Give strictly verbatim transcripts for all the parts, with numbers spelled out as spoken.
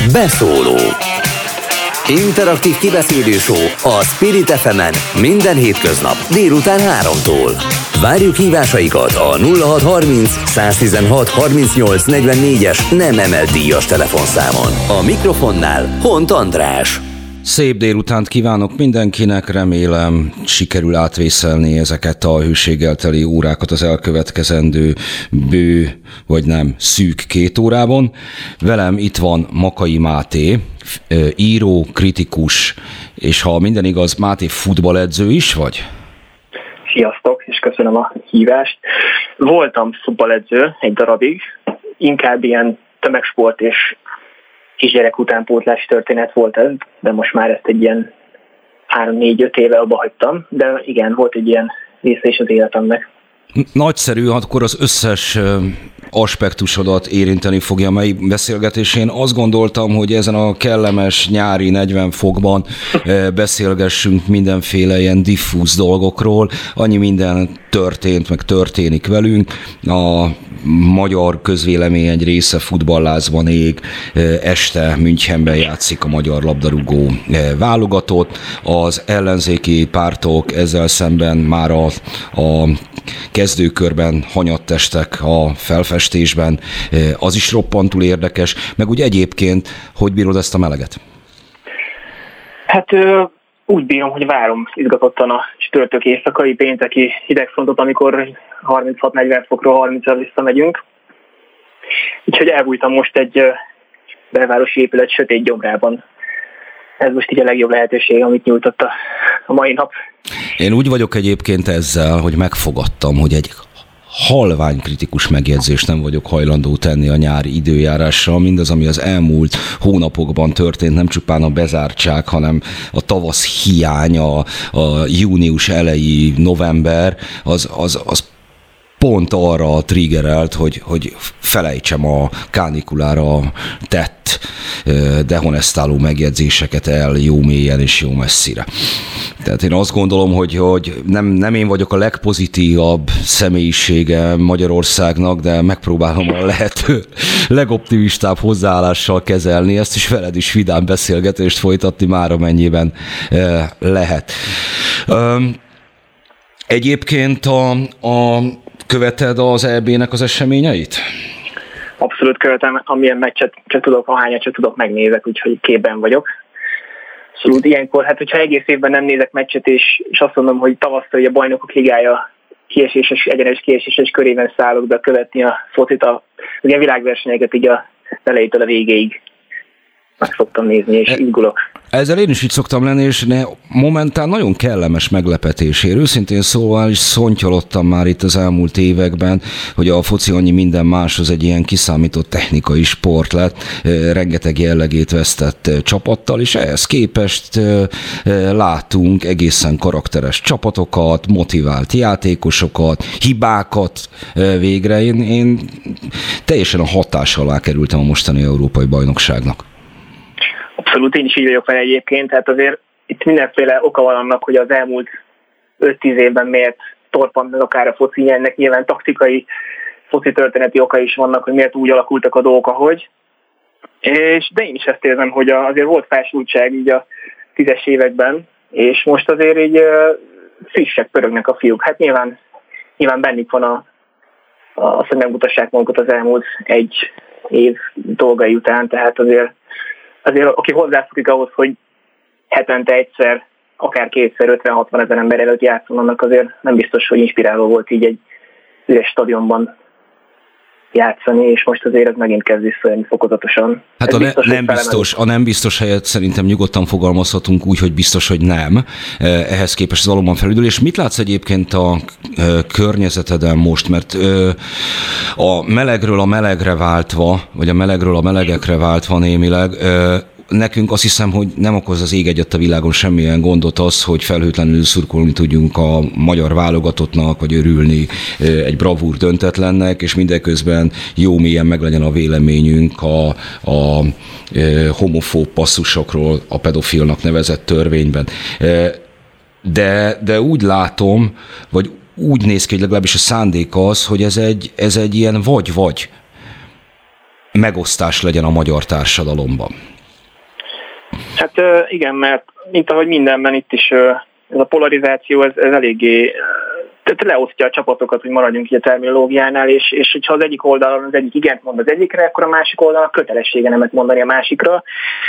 Beszóló. Interaktív kibeszélő show a Spirit ef emen minden hétköznap délután háromtól. Várjuk hívásaikat a nulla hat harminc száztizenhat harmincnyolc negyvennégyes nem emelt díjas telefonszámon. A mikrofonnál Hont András. Szép délutánt kívánok mindenkinek, remélem sikerül átvészelni ezeket a hőséggel teli órákat az elkövetkezendő bő, vagy nem, szűk két órában. Velem itt van Makai Máté, író, kritikus, és ha minden igaz, Máté futballedző is vagy? Sziasztok, és köszönöm a hívást. Voltam futballedző egy darabig, inkább ilyen tömegsport és kisgyerek utánpótlás történet volt ez, de most már ezt egy ilyen három-négy-öt éve abba hagytam, de igen, volt egy ilyen része is az életemnek. Nagyszerű, akkor az összes aspektusodat érinteni fogja a mai beszélgetés. Én azt gondoltam, hogy ezen a kellemes nyári negyven fokban beszélgessünk mindenféle ilyen diffúz dolgokról. Annyi minden történt, meg történik velünk. A magyar közvélemény egy része futballázban ég, este Münchenben játszik a magyar labdarúgó válogatott. Az ellenzéki pártok ezzel szemben már a, a kezdőkörben hanyattestek a felfestésben, az is roppantul érdekes, meg úgy egyébként, hogy bírod ezt a meleget? Hát úgy bírom, hogy várom izgatottan a csütörtök éjszakai pénteki hidegfrontot, amikor harminchat-negyven fokról harmincra visszamegyünk. Úgyhogy elbújtam most egy belvárosi épület sötét gyomrában. Ez most így a legjobb lehetőség, amit nyújtott a mai nap. Én úgy vagyok egyébként ezzel, hogy megfogadtam, hogy egy halvány kritikus megjegyzést nem vagyok hajlandó tenni a nyári időjárással. Mindaz, ami az elmúlt hónapokban történt, nem csupán a bezártság, hanem a tavasz hiány, a, a június elejé november, az, az, az pont arra triggerelt, hogy, hogy felejtsem a kánikulára tett dehonestáló megjegyzéseket el jó mélyen és jó messzire. Tehát én azt gondolom, hogy, hogy nem, nem én vagyok a legpozitívabb személyisége Magyarországnak, de megpróbálom a lehető legoptimistább hozzáállással kezelni ezt, és veled is vidám beszélgetést folytatni már amennyiben lehet. Egyébként a, a követed az é bé-nek az eseményeit? Abszolút követem, amilyen meccset se tudok, ahányat se tudok, megnézek, úgyhogy képben vagyok. Abszolút ilyenkor, hát hogyha egész évben nem nézek meccset, és, és azt mondom, hogy tavasszal a Bajnokok Ligája kieséses, egyenes kieséses körében szállok be követni a focit, a, az ilyen világversenyeket így a elejétől a végéig meg szoktam nézni, és izgulok. Ezzel én is így szoktam lenni, és momentán nagyon kellemes meglepetésér. Őszintén szóval is szontyolottam már itt az elmúlt években, hogy a foci annyi minden máshoz egy ilyen kiszámított technikai sport lett, rengeteg jellegét vesztett csapattal, és ehhez képest látunk egészen karakteres csapatokat, motivált játékosokat, hibákat végre. Én, én teljesen a hatás alá kerültem a mostani európai bajnokságnak. Abszolút, én is így vagyok vele egyébként, tehát azért itt mindenféle oka van annak, hogy az elmúlt öt-tíz évben miért torpant meg akár a foci, ennek nyilván taktikai, foci történeti oka is vannak, hogy miért úgy alakultak a dolgok, ahogy. És, de én is ezt érzem, hogy azért volt fásultság így a tízes években, és most azért így frissek pörögnek a fiúk. Hát nyilván, nyilván bennük van a, a, hogy megmutassák magukat az elmúlt egy év dolgai után, tehát azért Azért, aki hozzászokik ahhoz, hogy hetente egyszer, akár kétszer, ötven-hatvan ezer ember előtt játszon, annak azért nem biztos, hogy inspiráló volt így egy üres stadionban játszani, és most azért ez megint kezd visszajönni fokozatosan. Hát a biztos, ne, nem biztos, a nem biztos helyett szerintem nyugodtan fogalmazhatunk úgy, hogy biztos, hogy nem. Ehhez képest az valóban felüldül. És mit látsz egyébként a környezeteden most? Mert a melegről a melegre váltva, vagy a melegről a melegekre váltva némileg, nekünk azt hiszem, hogy nem okoz az ég egyet a világon semmilyen gondot az, hogy felhőtlenül szurkolni tudjunk a magyar válogatottnak, vagy örülni egy bravúr döntetlennek, és mindeközben jó mélyen meglegyen a véleményünk a, a homofób passzusokról a pedofilnak nevezett törvényben. De, de úgy látom, vagy úgy néz ki, hogy legalábbis a szándék az, hogy ez egy, ez egy ilyen vagy-vagy megosztás legyen a magyar társadalomban. Hát igen, mert mint ahogy mindenben itt is ez a polarizáció, ez, ez eléggé tehát leosztja a csapatokat, hogy maradjunk így a terminológiánál, és, és hogyha az egyik oldalon az egyik igent mond az egyikre, akkor a másik oldalon kötelessége nemet mondani a másikra.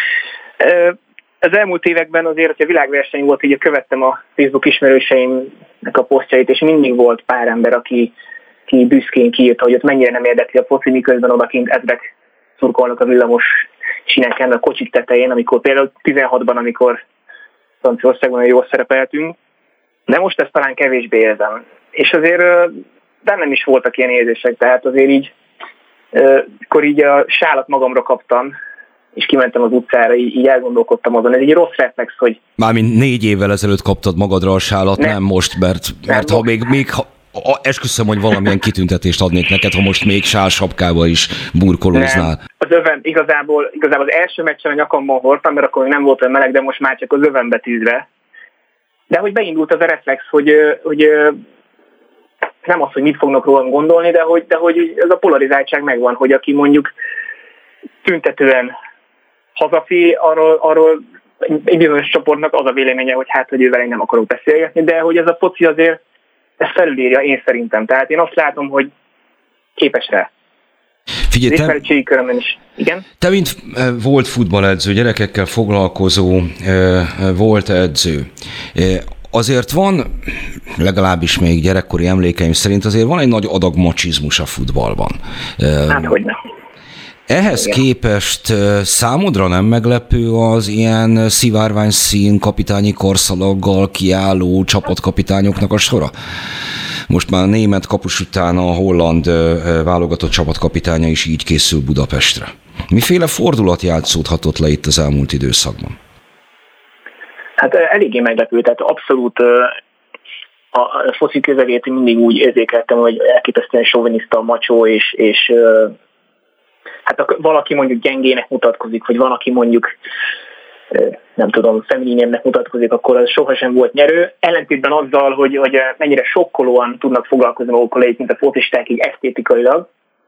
Az elmúlt években azért, hogyha világverseny volt, így követtem a Facebook ismerőseimnek a posztjait, és mindig volt pár ember, aki, aki büszkén kiírta, hogy ott mennyire nem érdekli a foci, miközben odakint ezrek szurkolnak a villamos sineken, a kocsik tetején, amikor például tizenhatban, amikor Franciaországban jól szerepeltünk, de most ezt talán kevésbé érzem. És azért bennem is voltak ilyen érzések, tehát azért így, akkor így a sálat magamra kaptam, és kimentem az utcára, így, így elgondolkodtam azon. Ez egy rossz reflex, hogy... Mármint négy évvel ezelőtt kaptad magadra a sálat, nem, nem most, mert, mert nem, ha még, még ha, esküszöm, hogy valamilyen kitüntetést adnék neked, ha most még sálsapkába is burkolóznál. Nem. Az öven, igazából, igazából az első meccsen a nyakamban hordtam, mert akkor nem volt olyan meleg, de most már csak az övenbe tűzve. De hogy beindult az a reflex, hogy, hogy nem az, hogy mit fognak rólam gondolni, de hogy, de hogy ez a polarizáltság megvan, hogy aki mondjuk tüntetően hazafi, arról, arról egy bizonyos csoportnak az a véleménye, hogy hát, hogy ővel én nem akarok beszélgetni, de hogy ez a foci azért ezt felülírja, én szerintem. Tehát én azt látom, hogy képes rá. Figyelj, te, is. Igen? te, mint volt futballedző, gyerekekkel foglalkozó volt edző, azért van, legalábbis még gyerekkori emlékeim szerint, azért van egy nagy adag macsizmus a futballban. Hát hogyne. Ehhez Igen. képest számodra nem meglepő az ilyen szivárvány szín kapitányi korszalaggal kiálló csapatkapitányoknak a sora? Most már a német kapus után a holland válogatott csapatkapitánya is így készül Budapestre. Miféle fordulat játszódhatott le itt az elmúlt időszakban? Hát eléggé meglepő, tehát abszolút a foci közelét mindig úgy érzékeltem, hogy elképesztően soviniszta, macsó, és, és hát valaki mondjuk gyengének mutatkozik, vagy van, aki mondjuk nem tudom, femininébbnek mutatkozik, akkor az sohasem volt nyerő. Ellentétben azzal, hogy, hogy mennyire sokkolóan tudnak foglalkozni magukkal, mint a focisták így esztétikailag.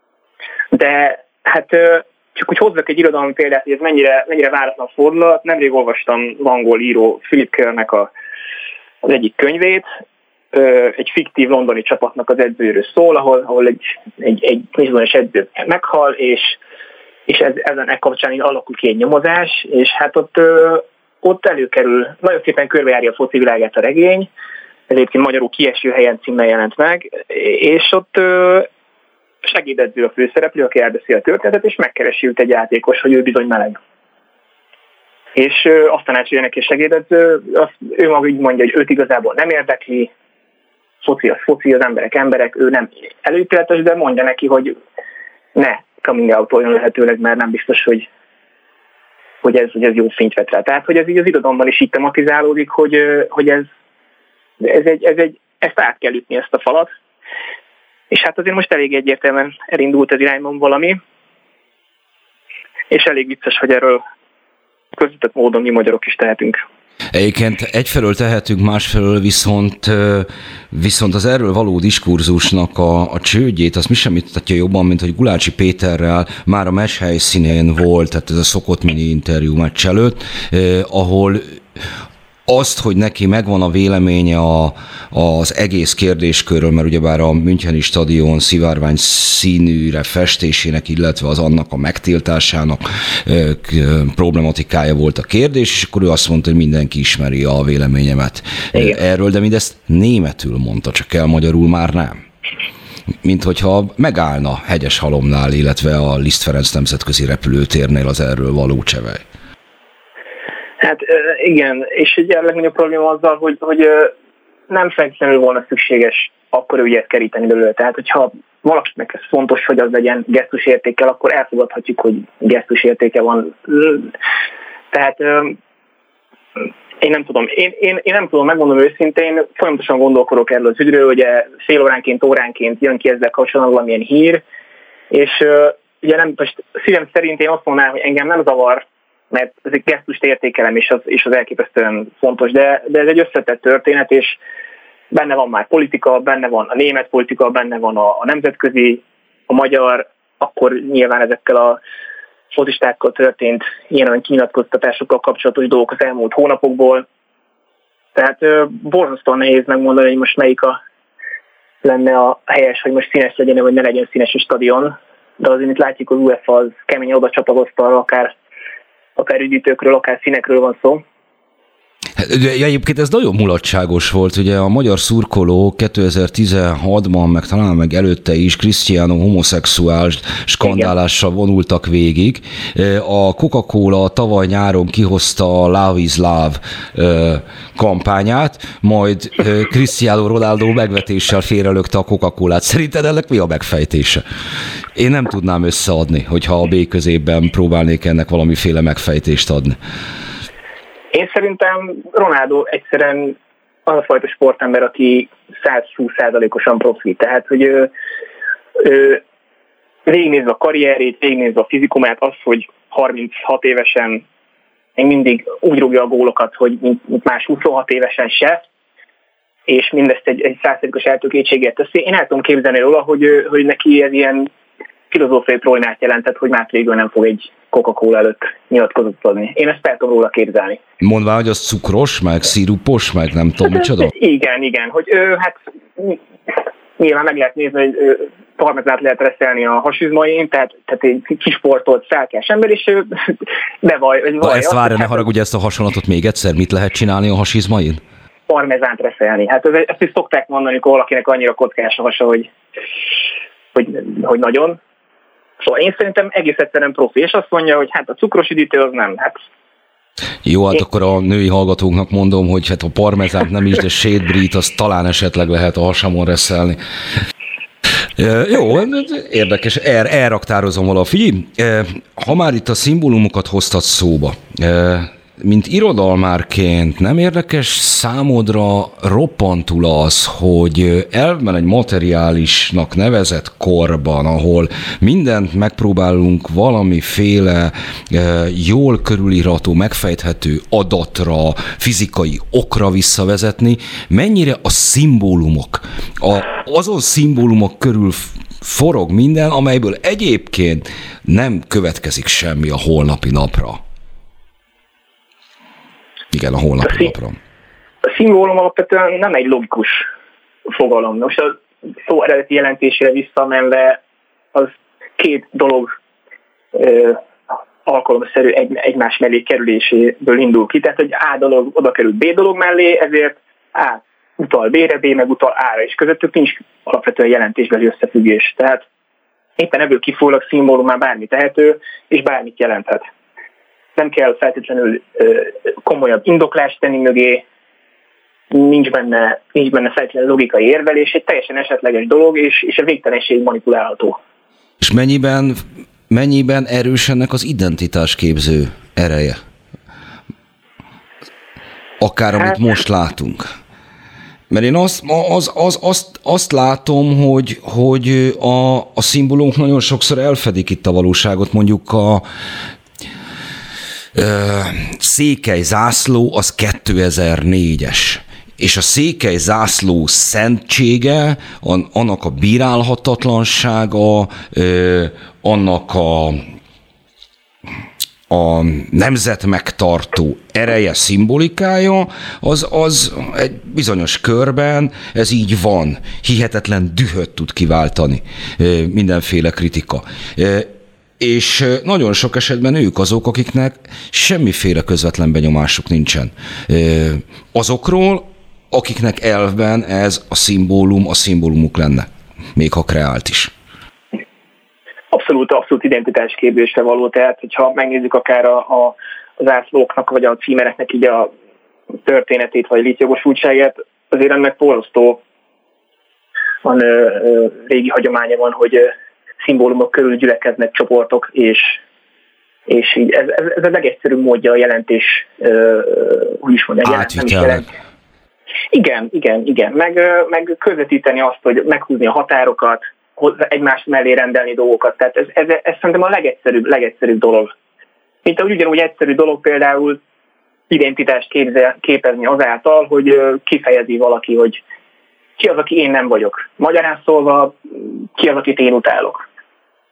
De hát csak úgy hozzak egy irodalmi példát, hogy ez mennyire, mennyire váratlan fordulat. Nemrég olvastam angol író Philip Kerrnek a, az egyik könyvét, egy fiktív londoni csapatnak az edzőről szól, ahol, ahol egy, egy, egy bizonyos edző meghal, és és ez, ezen e kapcsán alakul ki egy nyomozás, és hát ott, ö, ott előkerül, nagyon szépen körbejárja a foci világát a regény, ez egyébként magyarul Kieső helyen címmel jelent meg, és ott ö, segédedző a főszereplő, aki elbeszi a történetet, és megkeresi őt egy játékos, hogy ő bizony meleg. És ö, azt tanácsolja neki a segédedző, azt, ő maga így mondja, hogy őt igazából nem érdekli, foci az foci, az emberek emberek, ő nem előítéletes, de mondja neki, hogy ne coming out-oljon lehetőleg, mert nem biztos, hogy, hogy, ez, hogy ez jó fényt vet rá. Tehát, hogy ez így az irodalomban is így tematizálódik, hogy, hogy ez, ez, egy, ez egy, ezt át kell ütni, ezt a falat. És hát azért most elég egyértelműen elindult az irányban valami, és elég vicces, hogy erről közvetett módon mi magyarok is tehetünk. Egyébként egyfelől tehetünk, másfelől viszont, viszont az erről való diskurzusnak a, a csődjét, azt mi sem mutatja jobban, mint hogy Gulácsi Péterrel már a meccs helyszínén volt, tehát ez a szokott mini interjú meccs előtt, eh, ahol azt, hogy neki megvan a véleménye a, az egész kérdéskörről, mert ugyebár a Müncheni stadion szivárvány színűre festésének, illetve az annak a megtiltásának e, problematikája volt a kérdés, és akkor ő azt mondta, hogy mindenki ismeri a véleményemet Igen. erről, de mindezt németül mondta, csak el magyarul már nem. Mint hogyha megállna Hegyeshalomnál, illetve a Liszt Ferenc nemzetközi repülőtérnél az erről való csevej. Hát igen, és ugye a legnagyobb probléma azzal, hogy, hogy nem feltétlenül volna szükséges akkor ügyet keríteni belőle. Tehát, hogyha valakinek ez fontos, hogy az legyen gesztusértékkel, akkor elfogadhatjuk, hogy gesztusértéke van. Tehát én nem tudom, én, én, én nem tudom, megmondom őszintén, folyamatosan gondolkodok erről az ügyről, ugye fél óránként, óránként jön ki ezzel kapcsolatban valamilyen hír, és ugye nem, most szívem szerint én azt mondanám, hogy engem nem zavar, mert ez egy gesztust értékelem, és az, és az elképesztően fontos, de, de ez egy összetett történet, és benne van már politika, benne van a német politika, benne van a, a nemzetközi, a magyar, akkor nyilván ezekkel a focistákkal történt ilyen kinyilatkoztatásokkal kapcsolatos dolgok az elmúlt hónapokból. Tehát ö, borzasztóan nehéz megmondani, hogy most melyik a, lenne a helyes, hogy most színes legyen, vagy ne legyen színes a stadion. De azért, mint látjuk, az UEFA az keményen oda csatlakozta, akár, akár üdítőkről, akár színekről van szó. Ja, egyébként ez nagyon mulatságos volt, ugye a magyar szurkolók kétezer-tizenhatban, meg talán meg előtte is Cristiano homoszexuális skandálással vonultak végig. A Coca-Cola tavaly nyáron kihozta a Love is Love kampányát, majd Cristiano Ronaldo megvetéssel félrelökte a Coca-Colát. Szerinted ennek mi a megfejtése? Én nem tudnám összeadni, hogyha a B középben próbálnék ennek valamiféle megfejtést adni. Én szerintem Ronaldo egyszerűen az a fajta sportember, aki százhúsz százalékosan profi. Tehát, hogy ő, ő végignézve a karrierét, végignézve a fizikumát, az, hogy harminchat évesen még mindig úgy rúgja a gólokat, hogy mint, mint más huszonhat évesen se, és mindezt egy, egy száz százalékos eltökéltséggel teszi. Én el tudom képzelni róla, hogy, hogy neki ez ilyen filozófiai problémát jelentett, hogy már végül nem fog egy Coca-Cola előtt nyilatkozatot adni. Én ezt el tudom róla képzelni. Mondván, hogy az cukros, meg szirupos, meg nem tudom hát, micsoda? Igen, igen. Hogy ő, hát nyilván meg lehet nézni, hogy parmezát lehet reszelni a hasizmain, tehát, tehát egy kisportolt, szálkás ember, és ő bevaj. Ha ezt várja, ne haragudj, ezt a hasonlatot még egyszer, mit lehet csinálni a hasizmain? Parmezánt reszelni. Hát ezt is szokták mondani, amikor valakinek annyira kockás a hasa, hogy, hogy, hogy nagyon. Szóval én szerintem egész egyszerűen profi, és azt mondja, hogy hát a cukros üdítő az nem. Hát jó, hát én... akkor a női hallgatóknak mondom, hogy hát a parmezánt nem is, de shade brie, az talán esetleg lehet a hasamon reszelni. Jó, érdekes, el, elraktározom vala. Figyelj, ha már itt a szimbólumokat hoztad szóba, mint irodalmárként nem érdekes számodra roppantul az, hogy elvben egy materiálisnak nevezett korban, ahol mindent megpróbálunk valamiféle jól körülírható, megfejthető adatra, fizikai okra visszavezetni, mennyire a szimbólumok, a, azon szimbólumok körül forog minden, amelyből egyébként nem következik semmi a holnapi napra. Igen, a holnapi napra. A szimbólum alapvetően nem egy logikus fogalom. Most a szó eredeti jelentésére visszamenve az két dolog ö, alkalomszerű egy, egymás mellé kerüléséből indul ki. Tehát, hogy A dolog oda kerül B dolog mellé, ezért A utal B-re, B meg utal A-ra, és közöttük nincs alapvetően jelentésbeli összefüggés. Tehát éppen ebből kifolyólag szimbólumán bármi tehető, és bármit jelenthet. Nem kell feltétlenül ö, komolyabb indoklást tenni mögé, nincs benne, nincs benne feltétlenül logikai érvelés, egy teljesen esetleges dolog, és, és a végtelenség manipulálható. És mennyiben, mennyiben erős ennek az identitásképző ereje? Akár hát, amit most látunk. Mert én azt, az, az, azt, azt látom, hogy, hogy a, a szimbólumok nagyon sokszor elfedik itt a valóságot, mondjuk a székely zászló az kétezer-négyes, és a székely zászló szentsége, annak a bírálhatatlansága, annak a, a nemzetmegtartó ereje, szimbolikája, az, az egy bizonyos körben, ez így van, hihetetlen dühöt tud kiváltani mindenféle kritika. És nagyon sok esetben ők azok, akiknek semmiféle közvetlen benyomásuk nincsen azokról, akiknek elvben ez a szimbólum a szimbólumuk lenne, még ha kreált is. Abszolút, abszolút identitásképzésre való, tehát hogyha megnézzük akár a, a, az ászlóknak, vagy a címereknek így a történetét, vagy létjogosultságát, azért ennek borzasztó van, ö, ö, régi hagyománya van, hogy szimbólumok körül gyülekeznek csoportok, és, és így ez, ez, ez a legegyszerűbb módja a jelentés, uh, úgy is mondja, jelent. Igen, igen, igen. Meg, meg közvetíteni azt, hogy meghúzni a határokat, egymás mellé rendelni dolgokat. Tehát ez, ez, ez szerintem a legegyszerűbb, legegyszerűbb dolog. Mint ahogy ugyanúgy egyszerű dolog például identitást képzel, képezni azáltal, hogy kifejezi valaki, hogy ki az, aki én nem vagyok. Magyarán szólva, ki az, akit én utálok.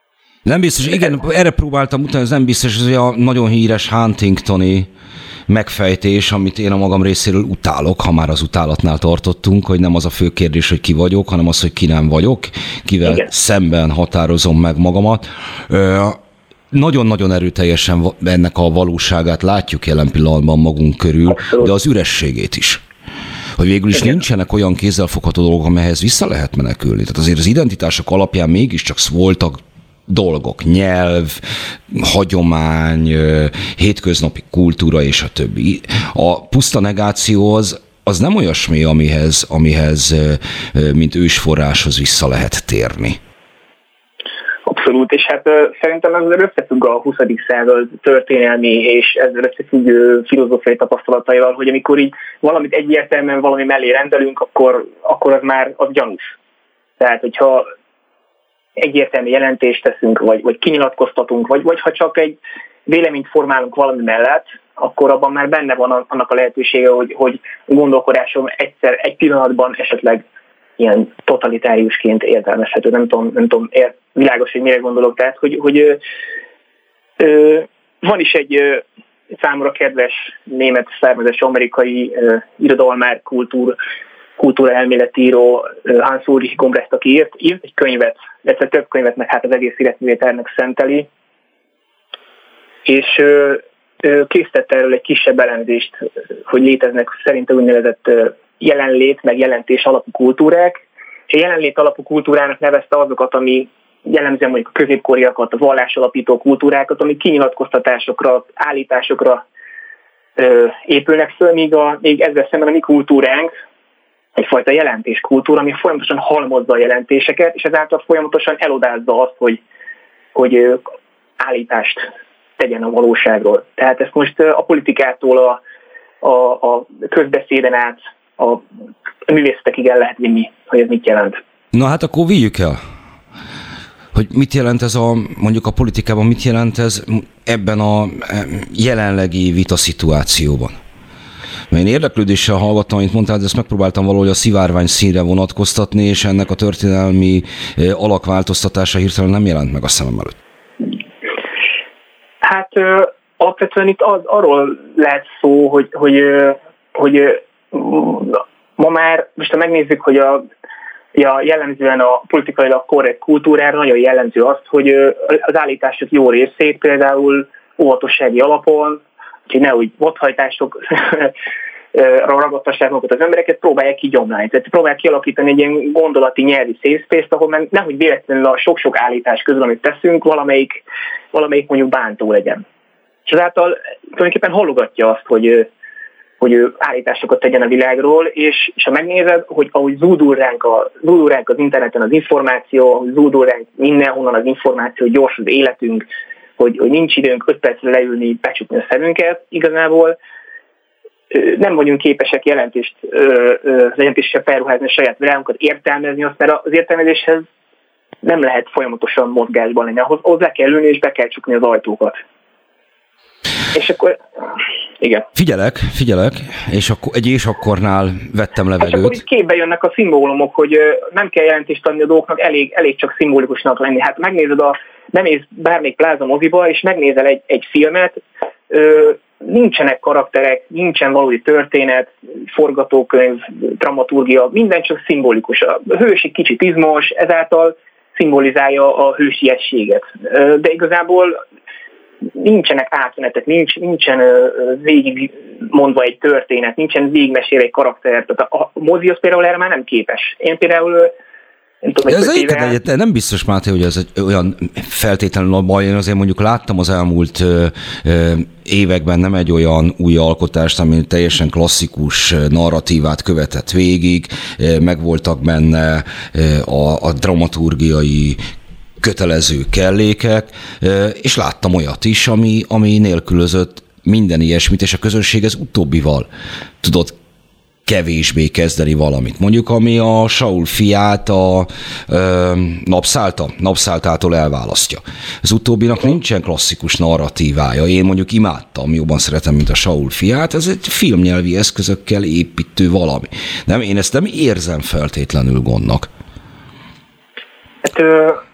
Nem biztos, igen, erre próbáltam utána, ez nem biztos, hogy a nagyon híres Huntingtoni megfejtés, amit én a magam részéről utálok, ha már az utálatnál tartottunk, hogy nem az a fő kérdés, hogy ki vagyok, hanem az, hogy ki nem vagyok, kivel igen. szemben határozom meg magamat. Nagyon-nagyon erőteljesen ennek a valóságát látjuk jelen pillanatban magunk körül, abszolút. De az ürességét is. Hogy végül is igen. nincsenek olyan kézzelfogható dolgok, amelyhez vissza lehet menekülni. Tehát azért az identitások alapján mégiscsak voltak dolgok, nyelv, hagyomány, hétköznapi kultúra és a többi. A puszta negáció az, az nem olyasmi, amihez, amihez, mint ősforráshoz vissza lehet térni. Abszolút, és hát szerintem ez összefügg a huszadik század történelmi és ezzel összefüggő filozófiai tapasztalataival, hogy amikor így valamit egyértelműen valami mellé rendelünk, akkor, akkor az már az gyanús. Tehát, hogyha egyértelmű jelentést teszünk, vagy, vagy kinyilatkoztatunk, vagy, vagy ha csak egy véleményt formálunk valami mellett, akkor abban már benne van annak a lehetősége, hogy, hogy gondolkodásom egyszer, egy pillanatban esetleg ilyen totalitáriusként értelmezhető. Nem tudom, nem tudom ér, világos, hogy mire gondolok. Tehát, hogy, hogy ö, ö, van is egy ö, számomra kedves német származású amerikai ö, irodalmár, kultúr, kultúra elméletíró Hans Ulrich Gombrcht, aki írt, írt egy könyvet, illetve több könyvet, meg hát az egész életművét ennek szenteli, és ö, ö, készítette erről egy kisebb elemzést, hogy léteznek szerinte úgynevezett ö, jelenlét, meg jelentés alapú kultúrák, és a jelenlét alapú kultúrának nevezte azokat, ami jellemzően mondjuk a középkoriakat, a vallás alapító kultúrákat, amik kinyilatkoztatásokra, állításokra ö, épülnek föl, míg, a, még ezzel szemben a mi kultúránk egyfajta jelentéskultúra, ami folyamatosan halmozza a jelentéseket, és ezáltal folyamatosan elodázza azt, hogy, hogy állítást tegyen a valóságról. Tehát ezt most a politikától a, a, a közbeszéden át a művészetekig el lehet vinni, hogy ez mit jelent. Na hát akkor vigyük el, hogy mit jelent ez a, mondjuk a politikában, mit jelent ez ebben a jelenlegi vitaszituációban. Mert én érdeklődéssel hallgattam, amit mondtál, de ezt megpróbáltam valahogy a szivárvány színre vonatkoztatni, és ennek a történelmi alakváltoztatása hirtelen nem jelent meg a szemem előtt. Hát alapvetően itt az, arról lehet szó, hogy, hogy, hogy ma már, most ha megnézzük, hogy a, ja, jellemzően a politikailag korrekt kultúrára nagyon jellemző azt, hogy az állítások jó részét például óvatossági alapon, hogy ne úgy bothajtásokra ragadtassák magukat az embereket, próbálják kigyomlálni. Tehát próbálják kialakítani egy ilyen gondolati nyelvi safe space-t, ahol már nehogy véletlenül a sok-sok állítás közül, amit teszünk, valamelyik, valamelyik mondjuk bántó legyen. És ezáltal tulajdonképpen hallogatja azt, hogy, hogy ő állításokat tegyen a világról, és, és ha megnézed, hogy ahogy zúdul ránk, a, zúdul ránk az interneten az információ, ahogy zúdul ránk mindenhonnan az információ, hogy gyors az életünk, hogy, hogy nincs időnk öt percre leülni, becsukni a szemünket, igazából nem vagyunk képesek jelentést, az jelentéssel felruházni a saját világunkat, értelmezni azt, mert az értelmezéshez nem lehet folyamatosan mozgásban lenni. Ahhoz hozzá kell ülni, és be kell csukni az ajtókat. És akkor, igen. Figyelek, figyelek, és akkor, egy és akkornál vettem levegőt. És akkor itt képbe jönnek a szimbólumok, hogy nem kell jelentést adni a dolgoknak, elég, elég csak szimbolikusnak lenni. Hát megnézed a, bemész bármelyik pláza moziba, és megnézel egy, egy filmet, ö, nincsenek karakterek, nincsen valódi történet, forgatókönyv, dramaturgia, minden csak szimbolikus. A hős egy kicsit izmos, ezáltal szimbolizálja a hősiességet. De igazából nincsenek átmenetek, nincs, nincsen végig mondva egy történet, nincsen végigmesélve egy karakter. Tehát a mozi az például erre már nem képes. Én például nem tudom, ez éve... egy, nem biztos, Máté, hogy ez egy olyan feltétlenül a baj. Én azért mondjuk láttam az elmúlt ö, ö, években nem egy olyan új alkotást, ami teljesen klasszikus narratívát követett végig, megvoltak benne a, a dramaturgiai kötelező kellékek, és láttam olyat is, ami, ami nélkülözött minden ilyesmit, és a közönség ez utóbbival tudott kevésbé kezdeni valamit. Mondjuk, ami a Saul fiát a ö, napszálta, napszáltától elválasztja. Az utóbbinak nincsen klasszikus narratívája. Én mondjuk imádtam, jobban szeretem, mint a Saul fiát. Ez egy filmnyelvi eszközökkel építő valami. Nem, én ezt nem érzem feltétlenül gondnak. Hát,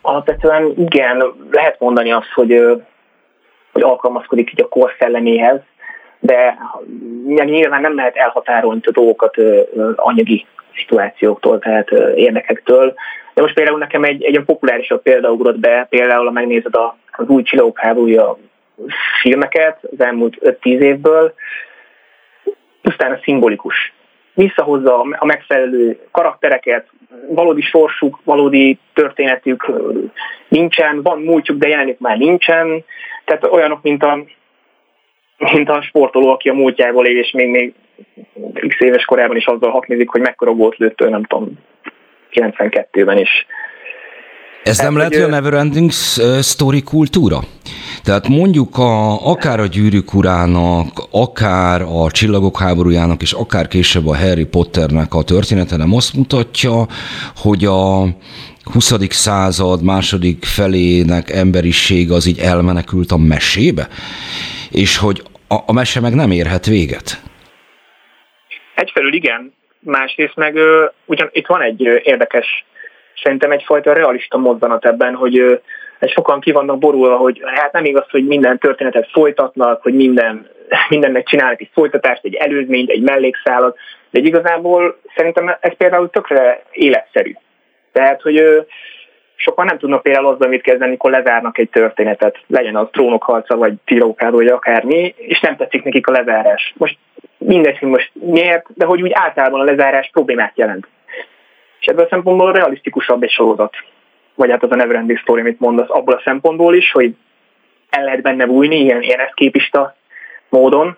alapvetően igen, lehet mondani azt, hogy, hogy alkalmazkodik így a kor szelleméhez, de nyilván nem lehet elhatárolni a dolgokat anyagi szituációktól, tehát érdekektől. De most például nekem egy, egy populárisabb példa ugrott be, például ha megnézed a, az új Csillagok háborúja filmeket az elmúlt öt-tíz évből, pusztán a szimbolikus. Visszahozza a megfelelő karaktereket, valódi sorsuk, valódi történetük nincsen, van múltjuk, de jelenük már nincsen. Tehát olyanok, mint a, mint a sportoló, aki a múltjából él, és még, még x éves korában is azzal haknizik, hogy mekkora gólt lőtt ő, nem tudom, kilencvenkettőben is. Ez nem lehet, hogy a Neverending Story kultúra? Tehát mondjuk a, akár a Gyűrűk urának, akár a Csillagok háborújának, és akár később a Harry Potternek a története nem azt mutatja, hogy a huszadik század második felének emberiség az így elmenekült a mesébe? És hogy a, a mese meg nem érhet véget? Egyfelől igen, másrészt meg ugyan itt van egy érdekes, szerintem egyfajta realista mozzanat ebben, hogy sokan ki vannak borulva, hogy hát nem igaz, hogy minden történetet folytatnak, hogy minden, mindennek csinálnak egy folytatást, egy előzményt, egy mellékszálat, de igazából szerintem ez például tökre életszerű. Tehát, hogy sokan nem tudnak például azzal mit kezdeni, amikor lezárnak egy történetet, legyen az Trónok harca, vagy Csillagok háborúja, akármi, és nem tetszik nekik a lezárás. Most mindegy, hogy most miért, de hogy úgy általában a lezárás problémát jelent. És ebből a szempontból realisztikusabb egy sorozat. Vagy hát az a Neverending Story, amit mondasz, abból a szempontból is, hogy el lehet benne bújni ilyen, ilyen eszképista módon.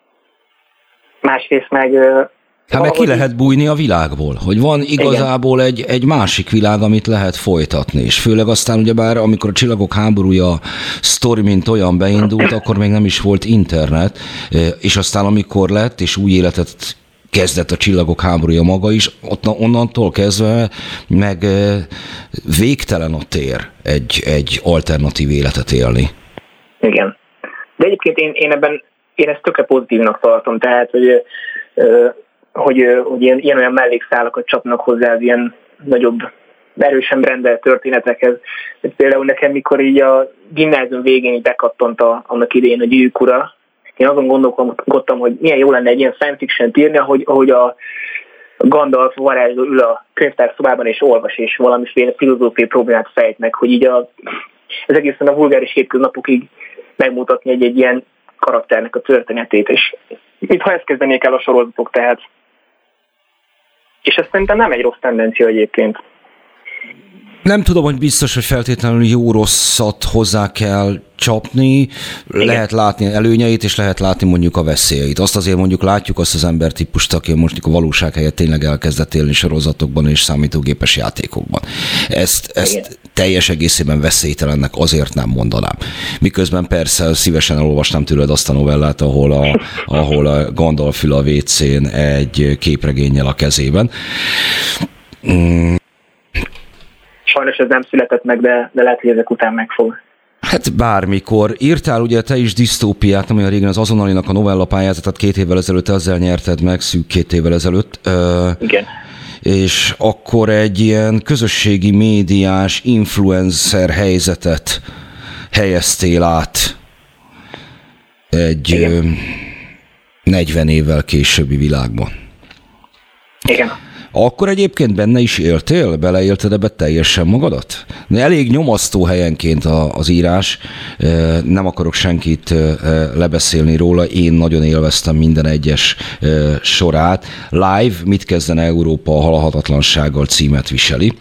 Másrészt meg... Hát meg ki lehet bújni a világból, hogy van igazából egy, egy másik világ, amit lehet folytatni, és főleg aztán ugyebár, amikor a Csillagok háborúja sztori mint olyan beindult, akkor még nem is volt internet, és aztán amikor lett, és új életet kezdett a Csillagok háborúja maga is, ott onnantól kezdve meg végtelen a tér egy, egy alternatív életet élni. Igen. De egyébként én, én ebben, én ezt tökre pozitívnak tartom, tehát, hogy, hogy, hogy ilyen, ilyen olyan mellékszálakat csapnak hozzá az ilyen nagyobb, erősen rendelt történetekhez. Például nekem, mikor így a gimnázium végén így bekattant a, annak idején a Gyűrűk ura, én azon gondolkodtam, hogy milyen jó lenne egy ilyen fanfiction-t írni, ahogy, ahogy a Gandalf varázsló ül a könyvtárszobában és olvas, és valamiféle filozófiai problémát fejt meg, hogy így a, ez egészen a vulgáris hétköznapokig megmutatni egy, egy ilyen karakternek a történetét. És mintha ezt kezdenék el a sorozatok, tehát. És ez szerintem nem egy rossz tendencia egyébként. Nem tudom, hogy biztos, hogy feltétlenül jó-rosszat hozzá kell csapni, igen. Lehet látni előnyeit, és lehet látni mondjuk a veszélyeit. Azt azért mondjuk látjuk azt az embertípust, aki most a valóság helyett tényleg elkezdett élni sorozatokban és számítógépes játékokban. Ezt, ezt teljes egészében veszélytelennek azért nem mondanám. Miközben persze szívesen elolvastam tőled azt a novellát, ahol a, ahol a Gandalf ül a vécén egy képregénnyel a kezében. Mm. Sajnos ez nem született meg, de, de lehet, hogy ezek után meg fog. Hát bármikor. Írtál ugye te is disztópiát, nem olyan régen az Azonnalinak a novella pályázatot két évvel ezelőtt ezzel nyerted meg, szűk két évvel ezelőtt. Igen. És akkor egy ilyen közösségi médiás influencer helyzetet helyeztél át egy igen. negyven évvel későbbi világban. Igen. Akkor egyébként benne is éltél? Beleélted ebbe teljesen magadat? Elég nyomasztó helyenként az írás, nem akarok senkit lebeszélni róla, én nagyon élveztem minden egyes sorát. Live, mit kezden Európa a halhatatlansággal címet viseli.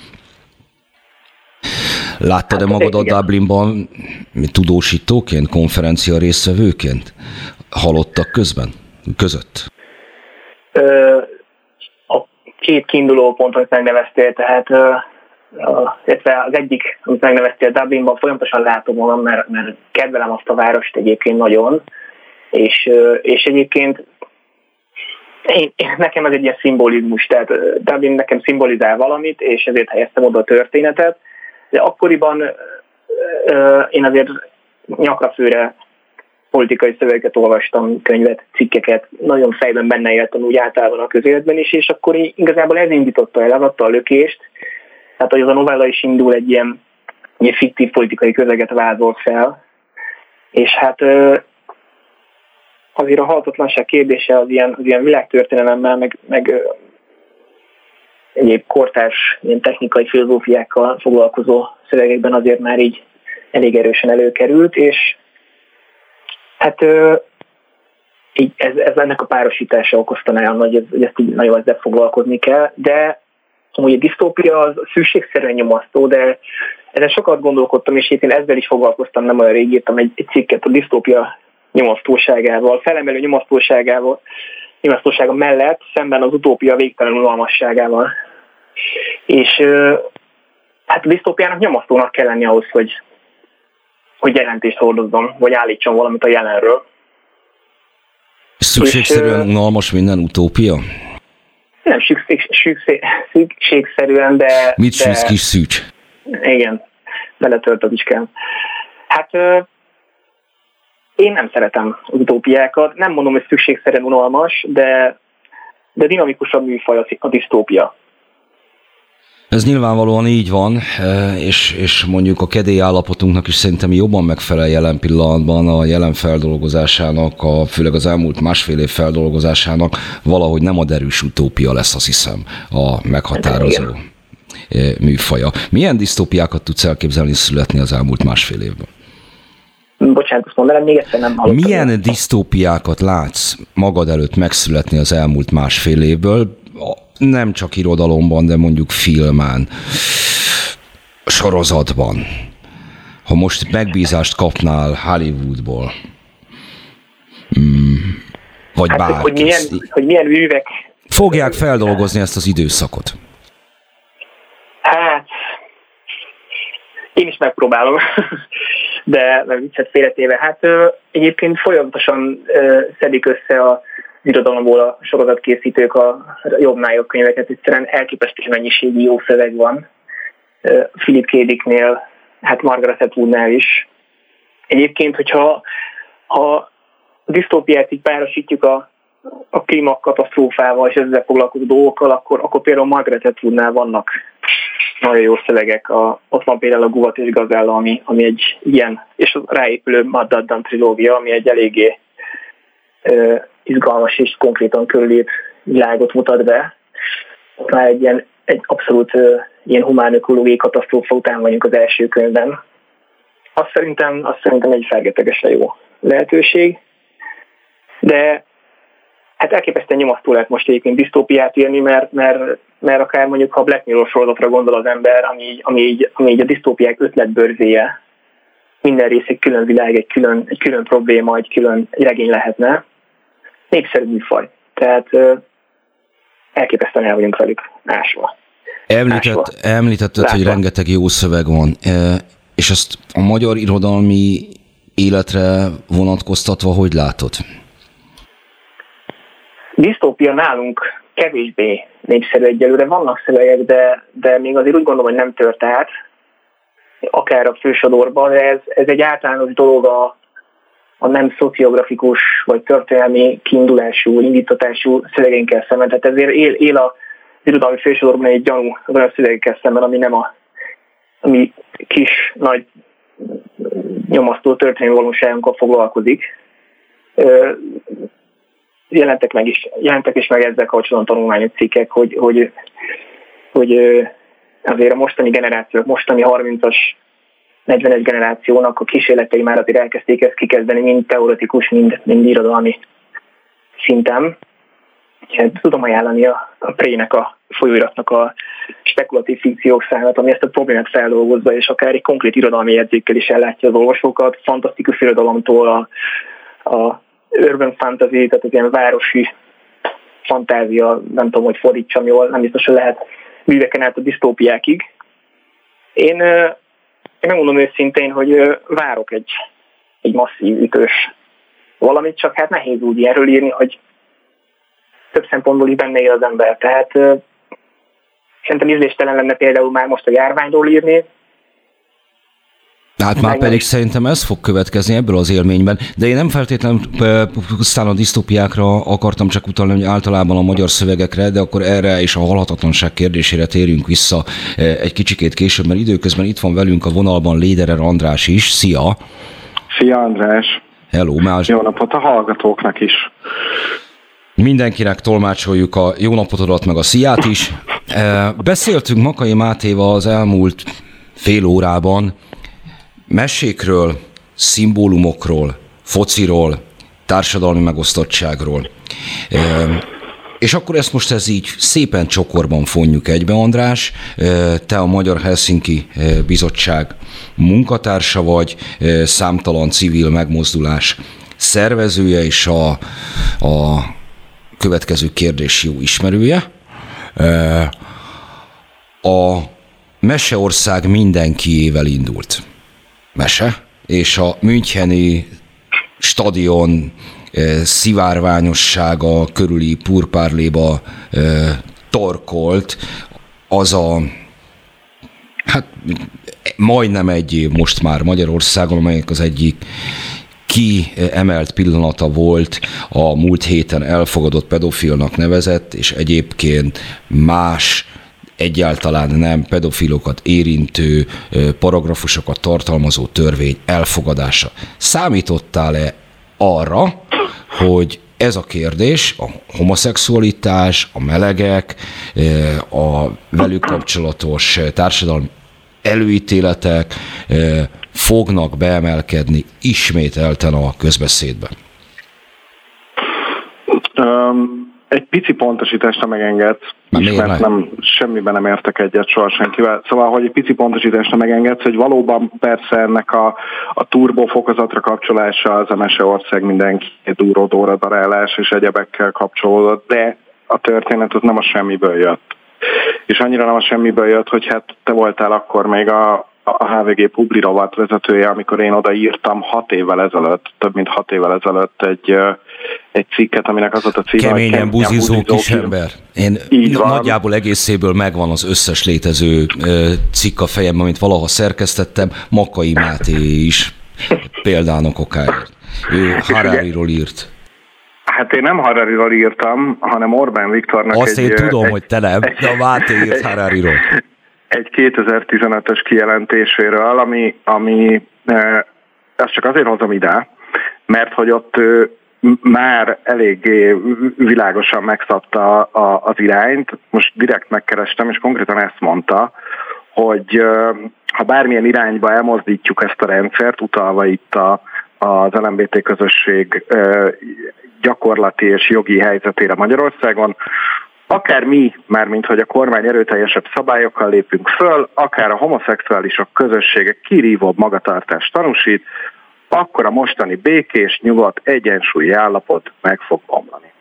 Láttad-e magadat Dublinban tudósítóként, konferencia résztvevőként? Halottak közben? Között? Ö... Két kiinduló pont, amit megneveztél, tehát illetve az egyik, amit megneveztél Dublinban, folyamatosan látom magam, mert, mert kedvelem azt a várost egyébként nagyon, és, és egyébként én, nekem ez egy ilyen szimbolizmus, tehát Dublin nekem szimbolizál valamit, és ezért helyeztem oda a történetet, de akkoriban én azért nyakrafőre politikai szövegeket olvastam, könyvet, cikkeket, nagyon fejben benne éltem úgy általában a közéletben is, és akkor igazából ez indította el, adta a lökést, tehát hogy az a novella is indul egy ilyen egy fiktív politikai közeget vázol fel, és hát azért a halhatatlanság kérdése az ilyen, az ilyen világtörténelemmel, meg, meg egyéb kortárs ilyen technikai filozófiákkal foglalkozó szövegekben azért már így elég erősen előkerült, és hát így ez, ez ennek a párosítása okozta nagyon nagy, hogy, hogy ezt így nagyon ezzel foglalkozni kell, de amúgy a disztópia az szükségszerűen nyomasztó, de ezen sokat gondolkodtam, és én ezzel is foglalkoztam, nem olyan rég írtam egy, egy cikket a disztópia nyomasztóságával, felemelő nyomasztóságával, nyomasztósága mellett szemben az utópia végtelen unalmasságával. És hát a disztópiának nyomasztónak kell lenni ahhoz, hogy, hogy jelentést hordozzon, vagy állítson valamit a jelenről. Szükségszerűen unalmas minden utópia? Nem szükségszerűen, de... Mit de, süsz kis szűcs? Igen, beletölt az is kell. Hát én nem szeretem az utópiákat, nem mondom, hogy szükségszerűen unalmas, de, de dinamikusabb műfaj a disztópia. Ez nyilvánvalóan így van, és, és mondjuk a kedélyállapotunknak is szerintem jobban megfelel jelen pillanatban a jelen feldolgozásának, a, főleg az elmúlt másfél év feldolgozásának valahogy nem a derűs utópia lesz, azt hiszem, a meghatározó műfaja. Milyen disztópiákat tudsz elképzelni születni az elmúlt másfél évben? Bocsánat, azt mondanám, még egyszer nem hallottam. Milyen disztópiákat látsz magad előtt megszületni az elmúlt másfél évből? Nem csak irodalomban, de mondjuk filmen, sorozatban. Ha most megbízást kapnál Hollywoodból, mm, vagy hát, bárki. Hogy milyen, hogy milyen művek... Fogják feldolgozni ezt az időszakot? Hát, én is megpróbálom, de viccet félretéve. Hát egyébként folyamatosan szedik össze a az irodalomból a sorozatkészítők a jobbnál jobb könyveket, egyszerűen elképesztő mennyiségű jó szöveg van. Philip K. Dicknél, hát Margaret Atwoodnál is. Egyébként, hogyha a disztópiát így párosítjuk a, a klímakatasztrófával és ezzel foglalkozó dolgokkal, akkor, akkor például Margaret Atwoodnál vannak nagyon jó szövegek. A, ott van például a Guvat és Gazella, ami, ami egy ilyen, és az ráépülő Mad Dudden trilógia, ami egy eléggé izgalmas és konkrétan körülírt világot mutat be. Ott már egy ilyen egy abszolút uh, ilyen humán ökológiai katasztrófa után vagyunk az első könyvben. Azt szerintem, azt szerintem egy fergetegesen jó lehetőség. De hát elképesztően nyomasztó lehet most egyébként disztópiát írni, mert, mert, mert akár mondjuk, ha Black Mirror sorozatra gondol az ember, ami, ami, így, ami így a disztópiák ötletbörzéje, minden rész egy külön világ, egy külön, egy külön probléma, egy külön egy regény lehetne. Népszerű műfaj. Tehát uh, elképesztően el vagyunk velük ásva. Említett, említetted, hogy rengeteg jó szöveg van, és ezt a magyar irodalmi életre vonatkoztatva hogy látod? Disztópia nálunk kevésbé népszerű egyelőre. Vannak szövegek, de, de még azért úgy gondolom, hogy nem tört át, akár a fősodorban, de ez, ez egy általános dolog a a nem szociografikus vagy történelmi kiindulású, indítatású szövegeinkkel szemben. Tehát ezért él, él az irodalmi fősodorban egy gyanú az olyan szövegekkel szemben, ami nem a ami kis, nagy, nyomasztó történelmi valóságunkkal foglalkozik. Jelentek, meg is, jelentek is meg ezzel kapcsolatban tanulmányos cikkek, hogy, hogy, hogy azért a mostani generációk, mostani harmincas negyvenes generációnak a kísérletei már azért elkezdték ezt kikezdeni, mind teoretikus, mind, mind irodalmi szinten. Hát tudom ajánlani a, a Prének, a folyóiratnak a spekulatív fikciók számát, ami ezt a problémát feldolgozza, és akár egy konkrét irodalmi érzékkel is ellátja az olvasókat. Fantasztikus irodalomtól a, a urban fantasy, tehát az ilyen városi fantázia, nem tudom, hogy fordítsam jól, nem biztos, hogy lehet műveken át a disztópiákig. Én Én megmondom őszintén, hogy várok egy, egy masszív, ütős valamit, csak hát nehéz úgy erről írni, hogy több szempontból is benne él az ember. Tehát szerintem ízléstelen lenne például már most a járványról írni. Hát már pedig szerintem ez fog következni ebből az élményben, de én nem feltétlenül pusztán a disztópiákra akartam csak utalni, hogy általában a magyar szövegekre, de akkor erre és a halhatatlanság kérdésére térjünk vissza egy kicsikét később, mert időközben itt van velünk a vonalban Léderer András is. Szia! Szia András! Hello, más. Jó napot a hallgatóknak is! Mindenkinek tolmácsoljuk a jó napotodat, meg a sziát is. Beszéltünk Makay Mátéval az elmúlt fél órában mesékről, szimbólumokról, fociról, társadalmi megosztottságról. És akkor ezt most ez így szépen csokorban fonjuk egybe, András. Te a Magyar Helsinki Bizottság munkatársa vagy, számtalan civil megmozdulás szervezője és a, a következő kérdés jó ismerője. A Meseország mindenkiével indult mese, és a müncheni stadion szivárványossága körüli purpárléba torkolt az a, hát majdnem egy év most már Magyarországon, amelyek az egyik kiemelt pillanata volt a múlt héten elfogadott pedofilnak nevezett, és egyébként más egyáltalán nem pedofilokat érintő paragrafusokat tartalmazó törvény elfogadása. Számítottál-e arra, hogy ez a kérdés, a homoszexualitás, a melegek, a velük kapcsolatos társadalmi előítéletek fognak beemelkedni ismételten a közbeszédbe? Um. Egy pici pontosításra megengedsz, is, mert nem, semmiben nem értek egyet soha senkivel. Szóval, hogy egy pici pontosításra megengedsz, hogy valóban persze ennek a, a turbófokozatra kapcsolása az a Meseország mindenki duró dóra darálás és egyebekkel kapcsolódott, de a történet az nem a semmiből jött. És annyira nem a semmiből jött, hogy hát te voltál akkor még a a há vé gé Publi rovat vezetője, amikor én odaírtam hat évvel ezelőtt, több mint hat évvel ezelőtt egy, egy cikket, aminek az volt a címe, Keményen, keményen buzizó, buzizó kisember. Én nagyjából egészéből megvan az összes létező cikk a fejemben, amit valaha szerkesztettem, Makay Máté is példának okáért. Ő Harariról írt. Hát én nem Harariról írtam, hanem Orbán Viktornak Azt egy... én tudom, egy, hogy te nem, de a Máté írt Harariról. Egy kétezer-tizenötös kijelentéséről, ami, ami ezt csak azért hozom ide, mert hogy ott már eléggé világosan megszabta az irányt. Most direkt megkerestem, és konkrétan ezt mondta, hogy ha bármilyen irányba elmozdítjuk ezt a rendszert, utalva itt a, az el em bé té közösség gyakorlati és jogi helyzetére Magyarországon, akár mi, mármint hogy a kormány erőteljesebb szabályokkal lépünk föl, akár a homoszexuálisok közössége kirívóbb magatartást tanúsít, akkor a mostani békés, nyugodt, egyensúlyi állapot meg fog omlani.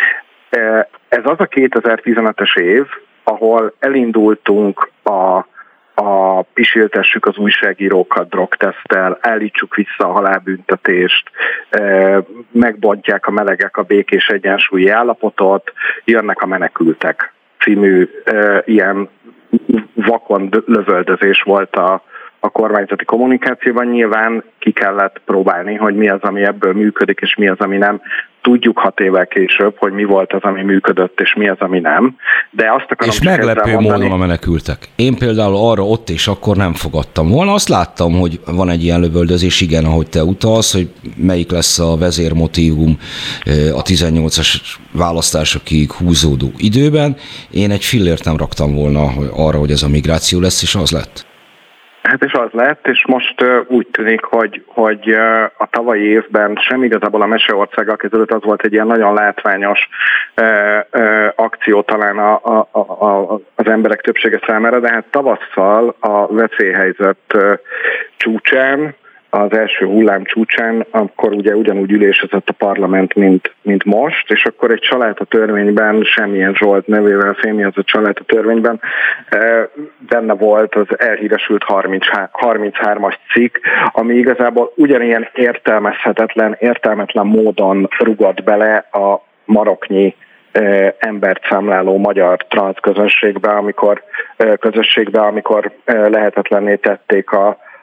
Ez az a kétezer-tizenötös év, ahol elindultunk a, a pisiltessük az újságírókat drogteszttel, állítsuk vissza a halálbüntetést, megbontják a melegek a békés egyensúlyi állapotot, jönnek a menekültek című ilyen vakon lövöldözés volt a, a kormányzati kommunikációban. Nyilván ki kellett próbálni, hogy mi az, ami ebből működik, és mi az, ami nem. Tudjuk hat évvel később, hogy mi volt az, ami működött, és mi az, ami nem. De azt akarom, és meglepő módon a menekültek. Én például arra ott és akkor nem fogadtam volna. Azt láttam, hogy van egy ilyen lövöldözés, igen, ahogy te utalsz, hogy melyik lesz a vezérmotívum a tizennyolcas választásokig húzódó időben. Én egy fillért nem raktam volna arra, hogy ez a migráció lesz, és az lett. Hát és az lett, és most uh, úgy tűnik, hogy, hogy uh, a tavalyi évben sem igazából a Meseországgal kezdődött, az volt egy ilyen nagyon látványos uh, uh, akció talán a, a, a, a, az emberek többsége számára, de hát tavasszal a veszélyhelyzet uh, csúcsán, az első hullám csúcsán, akkor ugye ugyanúgy ülésezett a parlament, mint, mint most, és akkor egy család a törvényben, Semmilyen Zsolt nevével fémjelzett család a törvényben, benne volt az elhíresült harminchármas cikk, ami igazából ugyanilyen értelmezhetetlen, értelmetlen módon rugott bele a maroknyi embert számláló magyar transz közösségbe, amikor, közösségbe, amikor lehetetlenné tették a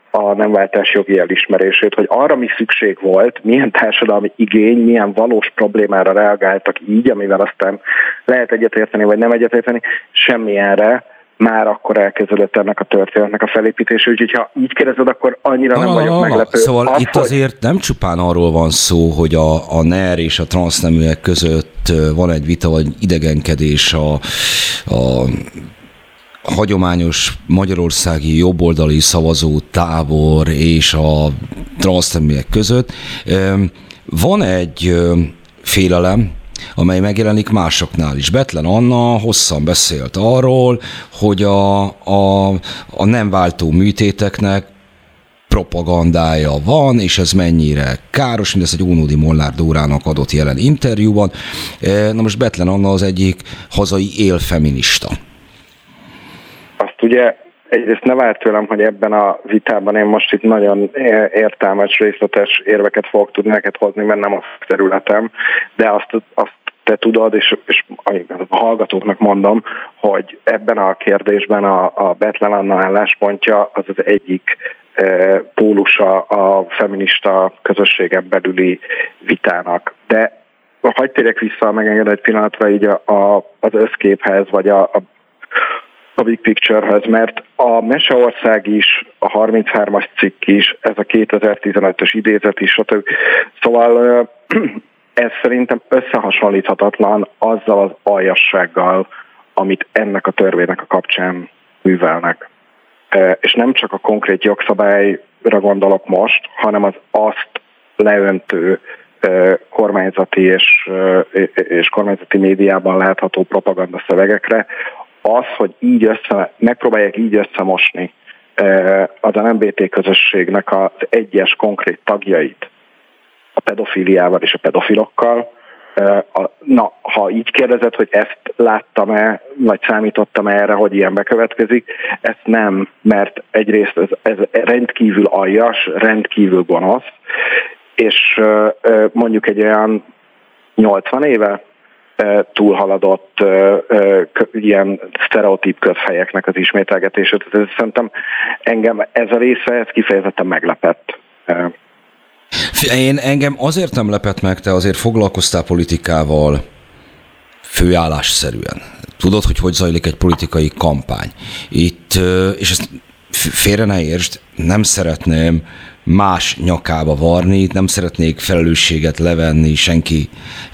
a nemváltás jogi elismerését, hogy arra mi szükség volt, milyen társadalmi igény, milyen valós problémára reagáltak így, amivel aztán lehet egyetérteni, vagy nem egyetérteni, semmilyenre már akkor elkezdődött ennek a történetnek a felépítése, úgyhogy ha így kérdezed, akkor annyira na, nem vagyok na, na, meglepő. Szóval az, itt hogy... azért nem csupán arról van szó, hogy a, a NER és a transzneműek között van egy vita, vagy idegenkedés a, a hagyományos magyarországi jobboldali szavazó tábor és a transzneműek között. Van egy félelem, amely megjelenik másoknál is. Bethlen Anna hosszan beszélt arról, hogy a, a, a nem váltó műtéteknek propagandája van, és ez mennyire káros, mint ez egy Ónodi Molnár Dórának adott jelen interjúban. Na most Bethlen Anna az egyik hazai élfeminista. Azt ugye egyrészt ne várt tőlem, hogy ebben a vitában én most itt nagyon értelmes, részletes érveket fogok tudni neked hozni, mert nem a területem, de azt, azt te tudod, és, és a hallgatóknak mondom, hogy ebben a kérdésben a, a Bethlen Anna álláspontja az az egyik e, pólusa a feminista közösségen belüli vitának. De hadd térjek vissza, megenged egy pillanatra így a, a, az összképhez, vagy a, a a Big Picture-höz, mert a Meseország is, a harminchármas cikk is, ez a kétezer-tizenötös idézet is, stb. Szóval ez szerintem összehasonlíthatatlan azzal az aljassággal, amit ennek a törvénynek a kapcsán művelnek. És nem csak a konkrét jogszabályra gondolok most, hanem az azt leöntő kormányzati és, és kormányzati médiában látható propaganda szövegekre, az, hogy így össze, megpróbálják így összemosni az en bé té közösségnek az egyes konkrét tagjait a pedofíliával és a pedofilokkal. Na, ha így kérdezed, hogy ezt láttam-e, vagy számítottam erre, hogy ilyen bekövetkezik, ezt nem, mert egyrészt ez, ez rendkívül aljas, rendkívül gonosz, és mondjuk egy olyan nyolcvan éve túlhaladott ilyen sztereotíp közhelyeknek az ismételgetését. Szerintem engem ez a része, ez kifejezetten meglepett. Én engem azért nem lepett meg, te azért foglalkoztál politikával főállásszerűen. Tudod, hogy hogy zajlik egy politikai kampány. Itt, és ezt félre ne értsd, nem szeretném más nyakába varni, nem szeretnék felelősséget levenni senki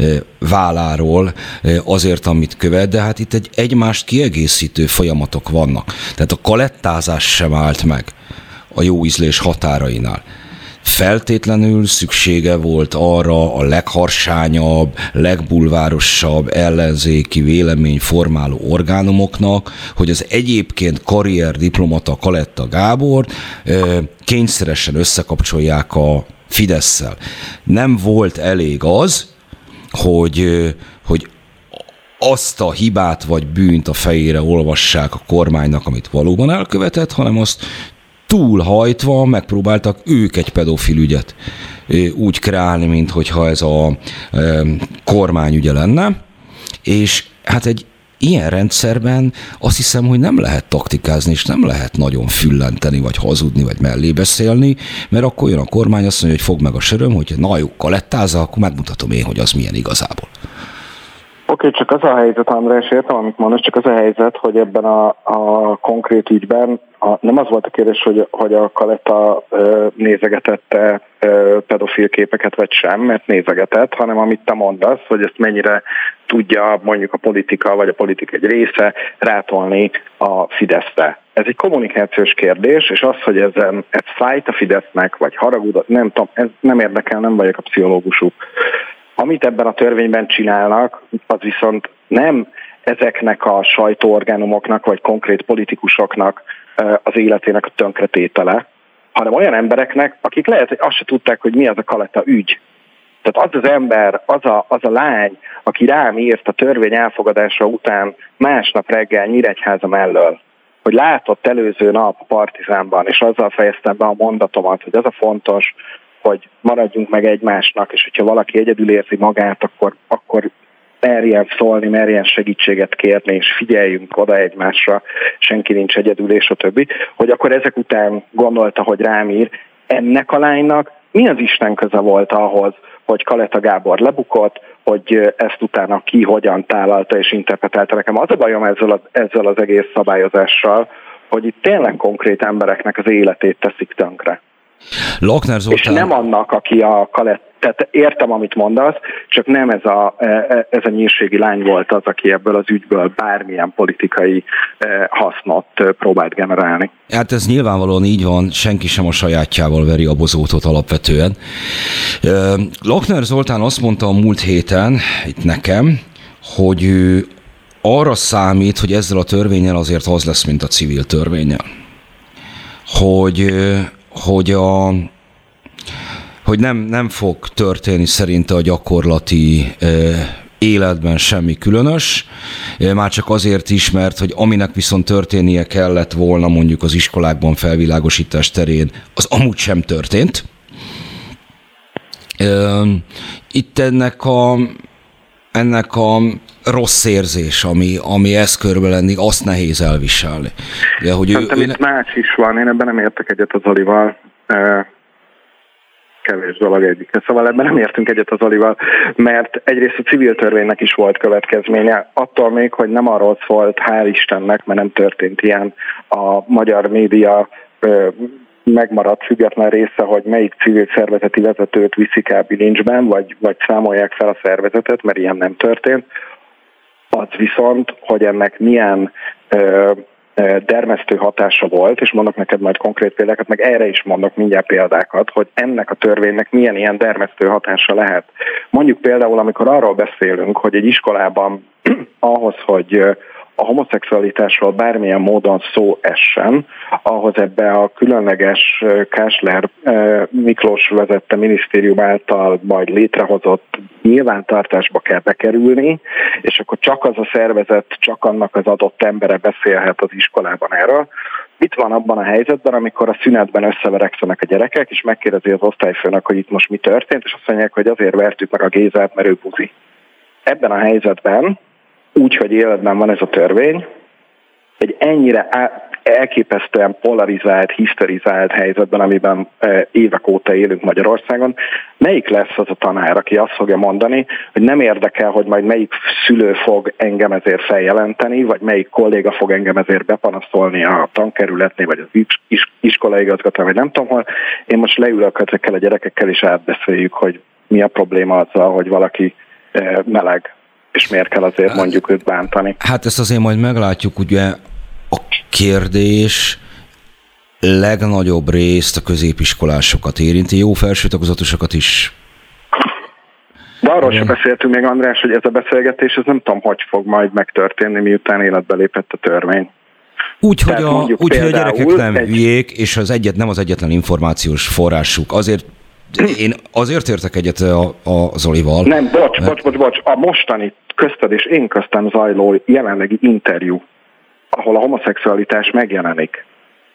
válláról azért, amit követ, de hát itt egy egymást kiegészítő folyamatok vannak. Tehát a kalettázás sem állt meg a jó ízlés határainál. Feltétlenül szüksége volt arra a legharsányabb, legbulvárosabb ellenzéki véleményformáló orgánumoknak, hogy az egyébként karrierdiplomata Kaletta Gábort kényszeresen összekapcsolják a Fidesszel. Nem volt elég az, hogy, hogy azt a hibát vagy bűnt a fejére olvassák a kormánynak, amit valóban elkövetett, hanem azt túlhajtva megpróbáltak ők egy pedofil ügyet úgy kreálni, minthogyha ez a kormányügye lenne, és hát egy ilyen rendszerben azt hiszem, hogy nem lehet taktikázni, és nem lehet nagyon füllenteni, vagy hazudni, vagy mellé beszélni, mert akkor jön a kormány, azt mondja, hogy fogd meg a söröm, hogy na jó, kalettázza, akkor megmutatom én, hogy az milyen igazából. Oké, okay, csak az a helyzet, András, értem, amit mondasz, csak az a helyzet, hogy ebben a, a konkrét ügyben a, nem az volt a kérdés, hogy, hogy a Kaletta ö, nézegetette ö, pedofil képeket, vagy sem, mert nézegetett, hanem amit te mondasz, hogy ezt mennyire tudja mondjuk a politika, vagy a politika egy része rátolni a Fideszre. Ez egy kommunikációs kérdés, és az, hogy ezen, ez fájt a Fidesznek, vagy haragud, nem tudom, ez nem érdekel, nem vagyok a pszichológusuk. Amit ebben a törvényben csinálnak, az viszont nem ezeknek a sajtóorgánumoknak, vagy konkrét politikusoknak az életének a tönkretétele, hanem olyan embereknek, akik lehet, hogy azt se tudták, hogy mi az a Kaletta ügy. Tehát az az ember, az a, az a lány, aki rám írt a törvény elfogadása után másnap reggel Nyíregyháza mellől, hogy látott előző nap a Partizánban, és azzal fejeztem be a mondatomat, hogy az a fontos, hogy maradjunk meg egymásnak, és hogyha valaki egyedül érzi magát, akkor, akkor merjen szólni, merjen segítséget kérni, és figyeljünk oda egymásra, senki nincs egyedül, és a többi, hogy akkor ezek után gondolta, hogy rám ír, ennek a lánynak mi az Isten köze volt ahhoz, hogy Kaleta Gábor lebukott, hogy ezt utána ki hogyan tálalta és interpretálta. Nekem az a bajom ezzel, a, ezzel az egész szabályozással, hogy itt tényleg konkrét embereknek az életét teszik tönkre. Lochner Zoltán... És nem annak, aki a Kaleta, tehát értem, amit mondasz, csak nem ez a, ez a nyírségi lány volt az, aki ebből az ügyből bármilyen politikai hasznot próbált generálni. Hát ez nyilvánvalóan így van, senki sem a sajátjával veri a bozótot alapvetően. Lochner Zoltán azt mondta a múlt héten itt nekem, hogy ő arra számít, hogy ezzel a törvénnyel azért az lesz, mint a civil törvénnyel. Hogy, hogy a hogy nem, nem fog történni szerinte a gyakorlati e, életben semmi különös, e, már csak azért is, mert hogy aminek viszont történnie kellett volna mondjuk az iskolákban felvilágosítás terén, az amúgy sem történt. E, itt ennek a, ennek a rossz érzés, ami, ami ezt körbe lenni, azt nehéz elviselni. De, hogy Szerintem ő, itt ő... más is van, én ebben nem értek egyet az Alival. E- kevés dolog egyik. Szóval ebben nem értünk egyet az Alival, mert egyrészt a civil törvénynek is volt következménye. Attól még, hogy nem arról szólt, hál' Istennek, mert nem történt ilyen, a magyar média ö, megmaradt független része, hogy melyik civil szervezeti vezetőt viszik el bilincsben, vagy, vagy számolják fel a szervezetet, mert ilyen nem történt. Az viszont, hogy ennek milyen ö, dermesztő hatása volt, és mondok neked majd konkrét példákat, meg erre is mondok mindjárt példákat, hogy ennek a törvénynek milyen ilyen dermesztő hatása lehet. Mondjuk például, amikor arról beszélünk, hogy egy iskolában ahhoz, hogy a homoszexualitásról bármilyen módon szó essen, ahhoz ebbe a különleges Kásler Miklós vezette minisztérium által majd létrehozott nyilvántartásba kell bekerülni, és akkor csak az a szervezet, csak annak az adott embere beszélhet az iskolában erről. Mit van abban a helyzetben, amikor a szünetben összeverekszenek a gyerekek, és megkérdezi az osztályfőnök, hogy itt most mi történt, és azt mondják, hogy azért vertük meg a Gézát, mert ő buzi. Ebben a helyzetben úgy, hogy életben van ez a törvény, egy ennyire elképesztően polarizált, hiszterizált helyzetben, amiben évek óta élünk Magyarországon, melyik lesz az a tanár, aki azt fogja mondani, hogy nem érdekel, hogy majd melyik szülő fog engem ezért feljelenteni, vagy melyik kolléga fog engem ezért bepanaszolni a tankerületnél, vagy az iskolaigazgató, vagy nem tudom hol. Én most leülök ezekkel a gyerekekkel, és átbeszéljük, hogy mi a probléma azzal, hogy valaki meleg, és miért kell azért mondjuk őt bántani. Hát ezt azért majd meglátjuk, ugye a kérdés legnagyobb részt a középiskolásokat érinti, jó felsőtagozatosokat is. De arról sem beszéltünk még, András, hogy ez a beszélgetés, ez nem tudom, hogy fog majd megtörténni, miután életbe lépett a törvény. Úgy, hogy a, úgy hogy a gyerekek nem egy... hülyék, és az egyet, nem az egyetlen információs forrásuk. Azért én azért értek egyet a, a Zolival. Nem, bocs, mert... bocs, bocs, bocs. A mostani közted és én köztem zajló jelenlegi interjú, ahol a homoszexualitás megjelenik.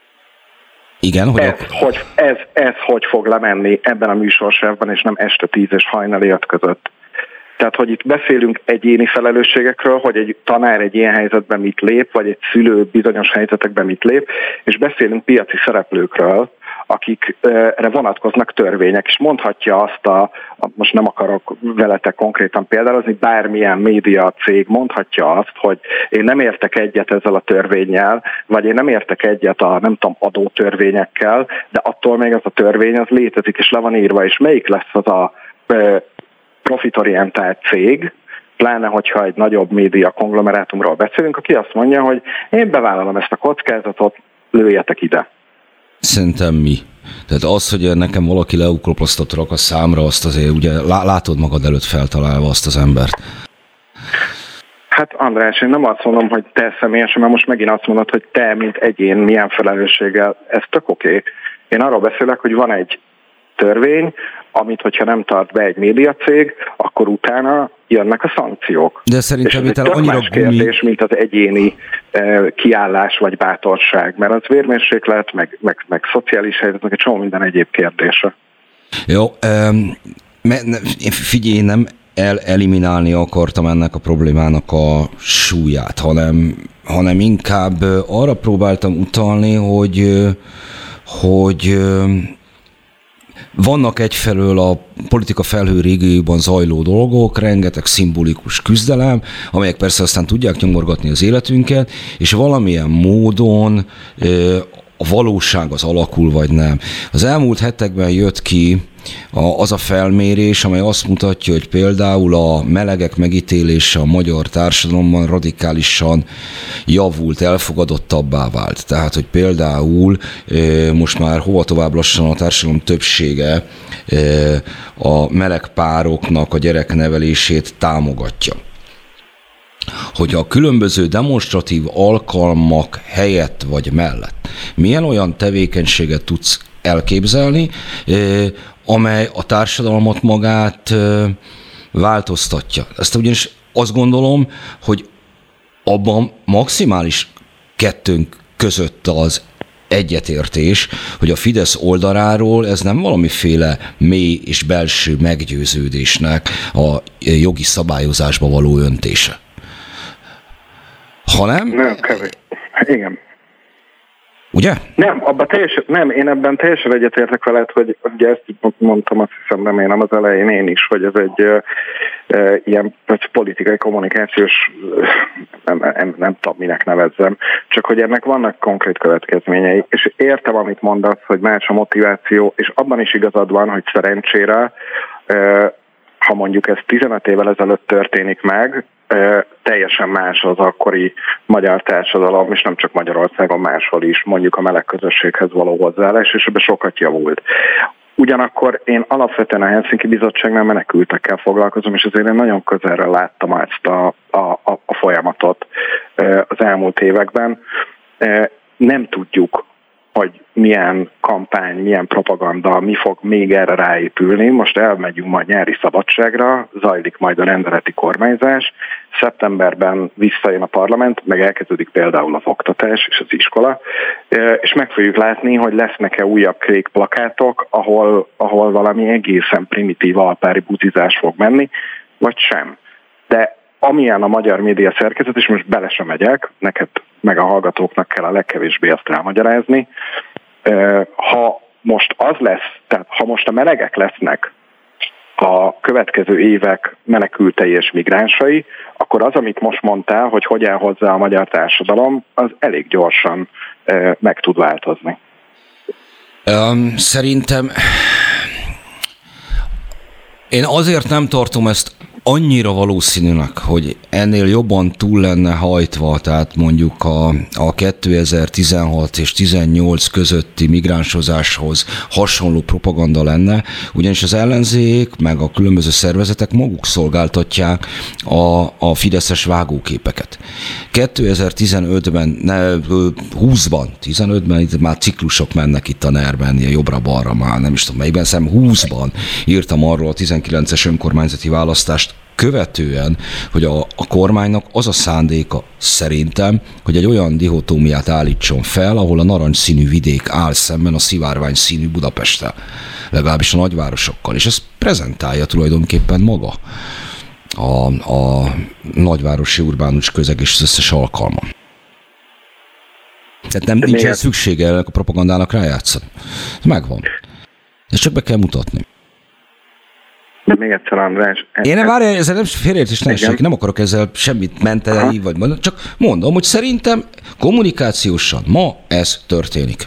Igen, hogy... Ez, a... hogy, ez, ez hogy fog lemenni ebben a műsorsávban, és nem este tíz és hajnali öt között. Tehát, hogy itt beszélünk egyéni felelősségekről, hogy egy tanár egy ilyen helyzetben mit lép, vagy egy szülő bizonyos helyzetekben mit lép, és beszélünk piaci szereplőkről, akikre vonatkoznak törvények, és mondhatja azt a, most nem akarok veletek konkrétan példálozni, bármilyen média cég mondhatja azt, hogy én nem értek egyet ezzel a törvénnyel, vagy én nem értek egyet a nem tudom adótörvényekkel, de attól még az a törvény az létezik, és le van írva, és melyik lesz az a profitorientált cég, pláne, hogyha egy nagyobb média konglomerátumról beszélünk, aki azt mondja, hogy én bevállalom ezt a kockázatot, lőjetek ide. Szerintem mi? Tehát az, hogy nekem valaki leukroplasztott rak a számra, azt azért ugye látod magad előtt feltalálva azt az embert. Hát András, én nem azt mondom, hogy te személyesen, mert most megint azt mondod, hogy te, mint egyén, milyen felelősséggel, ez tök oké. Okay. Én arról beszélek, hogy van egy törvény, amit, hogyha nem tart be egy médiacég, akkor utána jönnek a szankciók. De szerintem és ez egy annyira más kérdés, mint az egyéni eh, kiállás vagy bátorság, mert az vérmérséklet, meg, meg, meg szociális helyzet, meg egy csomó minden egyéb kérdése. Jó, um, figyelj, nem el, eliminálni akartam ennek a problémának a súlyát, hanem, hanem inkább arra próbáltam utalni, hogy, hogy vannak egyfelől a politika felhő régióban zajló dolgok, rengeteg szimbolikus küzdelem, amelyek persze aztán tudják nyomorgatni az életünket, és valamilyen módon a valóság az alakul, vagy nem. Az elmúlt hetekben jött ki az a felmérés, amely azt mutatja, hogy például a melegek megítélése a magyar társadalomban radikálisan javult, elfogadottabbá vált. Tehát, hogy például most már hova tovább lassan a társadalom többsége a meleg pároknak a gyereknevelését támogatja. Hogy a különböző demonstratív alkalmak helyett vagy mellett milyen olyan tevékenységet tudsz elképzelni, amely a társadalmat magát változtatja. Ezt ugyanis azt gondolom, hogy abban maximális kettőnk között az egyetértés, hogy a Fidesz oldaláról ez nem valamiféle mély és belső meggyőződésnek a jogi szabályozásba való öntése. Hanem... Nem, kevés. Igen. Ugye? Nem, abban teljesen, nem, én ebben teljesen egyetértek veled, hogy ugye ezt mondtam, azt hiszem remélem az elején én is, hogy ez egy e, e, ilyen politikai kommunikációs, nem, nem, nem tudom minek nevezzem, csak hogy ennek vannak konkrét következményei, és értem, amit mondasz, hogy más a motiváció, és abban is igazad van, hogy szerencsére, e, ha mondjuk ez tizenöt évvel ezelőtt történik meg, teljesen más az akkori magyar társadalom, és nem csak Magyarországon, máshol is, mondjuk a meleg közösséghez való hozzáállás, és ebben sokat javult. Ugyanakkor én alapvetően a Helsinki Bizottságnál menekültekkel foglalkozom, és azért én nagyon közelről láttam ezt a, a, a folyamatot az elmúlt években. Nem tudjuk, hogy milyen kampány, milyen propaganda, mi fog még erre ráépülni. Most elmegyünk majd nyári szabadságra, zajlik majd a rendeleti kormányzás, szeptemberben visszajön a parlament, meg elkezdődik például az oktatás és az iskola, és meg fogjuk látni, hogy lesznek-e újabb kék plakátok, ahol, ahol valami egészen primitív alpári buzizás fog menni, vagy sem. De amilyen a magyar média szerkezet, és most bele sem megyek, neked meg a hallgatóknak kell a legkevésbé ezt elmagyarázni, ha most az lesz, tehát ha most a melegek lesznek a következő évek menekültei és migránsai, akkor az, amit most mondtál, hogy hogy áll hozzá a magyar társadalom, az elég gyorsan meg tud változni. Um, szerintem én azért nem tartom ezt annyira valószínűnek, hogy ennél jobban túl lenne hajtva, tehát mondjuk a, a kétezer-tizenhat és tizennyolc közötti migránsozáshoz hasonló propaganda lenne, ugyanis az ellenzék meg a különböző szervezetek maguk szolgáltatják a, a fideszes vágóképeket. kétezer-tizenötben, ne, húszban, tizenötben itt már ciklusok mennek itt a nerben, jobbra-balra már, nem is tudom melyikben, szem húszban írtam arról a tizenkilences önkormányzati választást követően, hogy a, a kormánynak az a szándéka szerintem, hogy egy olyan dihotómiát állítson fel, ahol a narancsszínű vidék áll szemben a szivárvány színű Budapesttel, legalábbis a nagyvárosokkal, és ezt prezentálja tulajdonképpen maga a, a nagyvárosi urbánus közeg és az összes alkalma. Tehát nem, nincsen szüksége ennek a propagandának rájátszani. Ez megvan. Ezt csak be kell mutatni. De még egyszer, András. Én nem várjál, ezzel nem félreértés ne essék, nem akarok ezzel semmit mentelni, vagy mondani, csak mondom, hogy szerintem kommunikációsan ma ez történik.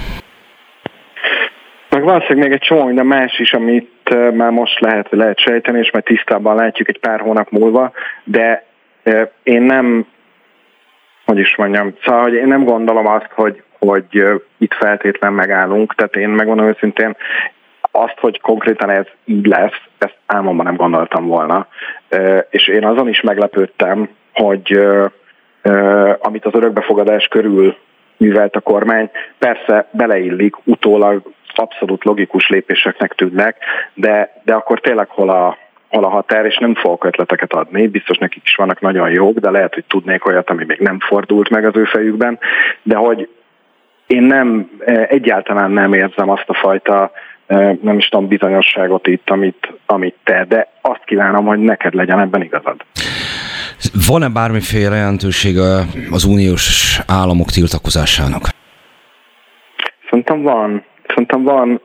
Meg valószínűleg még egy csomó minden más is, amit már most lehet, lehet sejteni, és majd tisztában látjuk egy pár hónap múlva, de én nem, hogy is mondjam, szóval, hogy én nem gondolom azt, hogy, hogy itt feltétlen megállunk, tehát én megmondom őszintén, azt, hogy konkrétan ez így lesz, ezt álmomban nem gondoltam volna. És én azon is meglepődtem, hogy amit az örökbefogadás körül művelt a kormány, persze beleillik, utólag abszolút logikus lépéseknek tűnnek, de, de akkor tényleg hol a, hol a határ, és nem fogok ötleteket adni, biztos nekik is vannak nagyon jók, de lehet, hogy tudnék olyat, ami még nem fordult meg az ő fejükben, de hogy én nem, egyáltalán nem érzem azt a fajta nem is tudom, bizonyosságot itt, amit, amit te, de azt kívánom, hogy neked legyen ebben igazad. Van-e bármiféle jelentősége az uniós államok tiltakozásának? Szerintem van. Szerintem van.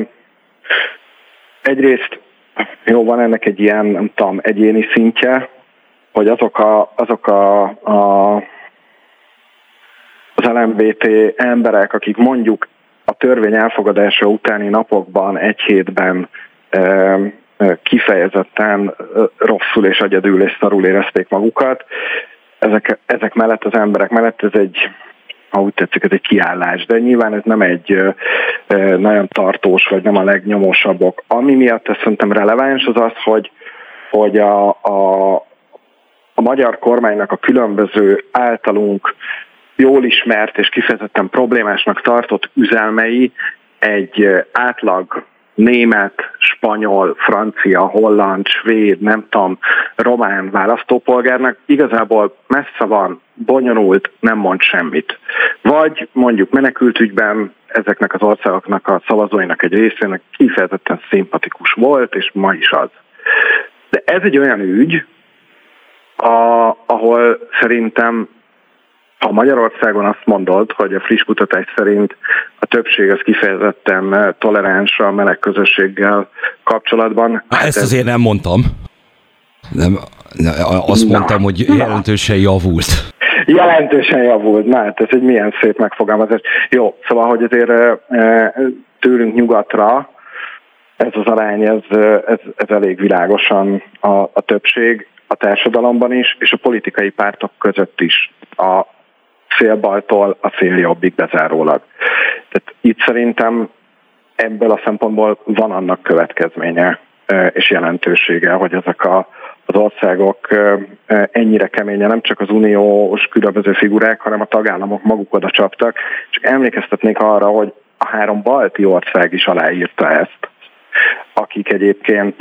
Egyrészt jó, van ennek egy ilyen, nem tudom, egyéni szintje, hogy azok a, azok a, a az el em bé té emberek, akik mondjuk a törvény elfogadása utáni napokban, egy hétben kifejezetten rosszul és egyedül és szarul érezték magukat. Ezek, ezek mellett, az emberek mellett ez egy, ha úgy tetszik, ez egy kiállás, de nyilván ez nem egy nagyon tartós, vagy nem a legnyomosabbok. Ami miatt ez szerintem releváns, az az, hogy, hogy a, a, a magyar kormánynak a különböző általunk jól ismert és kifejezetten problémásnak tartott üzelmei egy átlag német, spanyol, francia, holland, svéd, nem tudom, román választópolgárnak igazából messze van, bonyolult, nem mond semmit. Vagy mondjuk menekültügyben ezeknek az országoknak a szavazóinak egy részének kifejezetten szimpatikus volt, és ma is az. De ez egy olyan ügy, a, ahol szerintem, ha Magyarországon azt mondod, hogy a friss kutatás szerint a többség az kifejezetten toleráns a meleg közösséggel kapcsolatban. Hát ezt ez... azért nem mondtam. Nem, azt na, mondtam, hogy jelentősen na. javult. Jelentősen javult. Na, hát ez egy milyen szép megfogalmazás. Jó, szóval, hogy azért tőlünk nyugatra ez az arány, ez, ez, ez elég világosan a, a többség a társadalomban is, és a politikai pártok között is. A szélbaltól a széljobbig bezárólag. Tehát itt szerintem ebből a szempontból van annak következménye és jelentősége, hogy ezek a, az országok ennyire keményen nem csak az uniós különböző figurák, hanem a tagállamok maguk oda csaptak. Csak emlékeztetnék arra, hogy a három balti ország is aláírta ezt, akik egyébként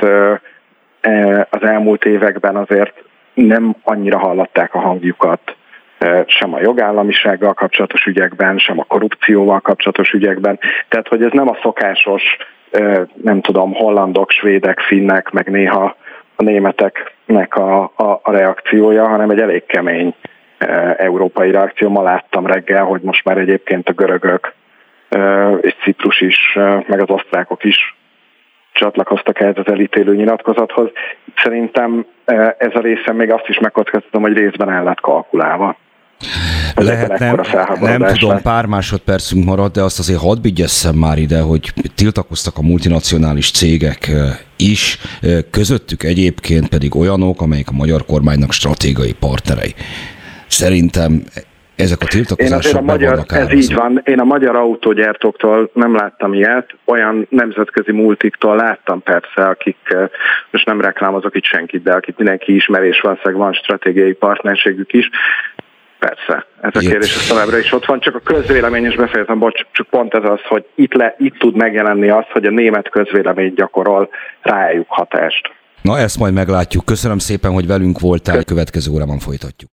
az elmúlt években azért nem annyira hallatták a hangjukat sem a jogállamisággal kapcsolatos ügyekben, sem a korrupcióval kapcsolatos ügyekben. Tehát, hogy ez nem a szokásos, nem tudom, hollandok, svédek, finnek, meg néha a németeknek a, a, a reakciója, hanem egy elég kemény európai reakció. Ma láttam reggel, hogy most már egyébként a görögök és Ciprus is, meg az osztrákok is csatlakoztak ehhez az elítélő nyilatkozathoz. Szerintem ez a része még azt is megkockáztatom, hogy részben el lett kalkulálva. Lehet, nem, nem tudom, lett. Pár másodpercünk maradt, de azt azért hadd vigyesszem már ide, hogy tiltakoztak a multinacionális cégek is, közöttük egyébként pedig olyanok, amelyek a magyar kormánynak stratégiai partnerei. Szerintem ezek a tiltakozások be vannak árazva. Ez így van. Én a magyar autógyártóktól nem láttam ilyet, olyan nemzetközi multiktól láttam persze, akik, most nem reklámozok itt senkit, de akit mindenki ismer, és valószínűleg van stratégiai partnerségük is. Persze, ez a kérdés a továbbra is ott van, csak a közvélemény, és befejezem, bocs, csak pont ez az, hogy itt, le, itt tud megjelenni az, hogy a német közvélemény gyakorol rájuk hatást. Na, ezt majd meglátjuk. Köszönöm szépen, hogy velünk voltál, következő órában folytatjuk.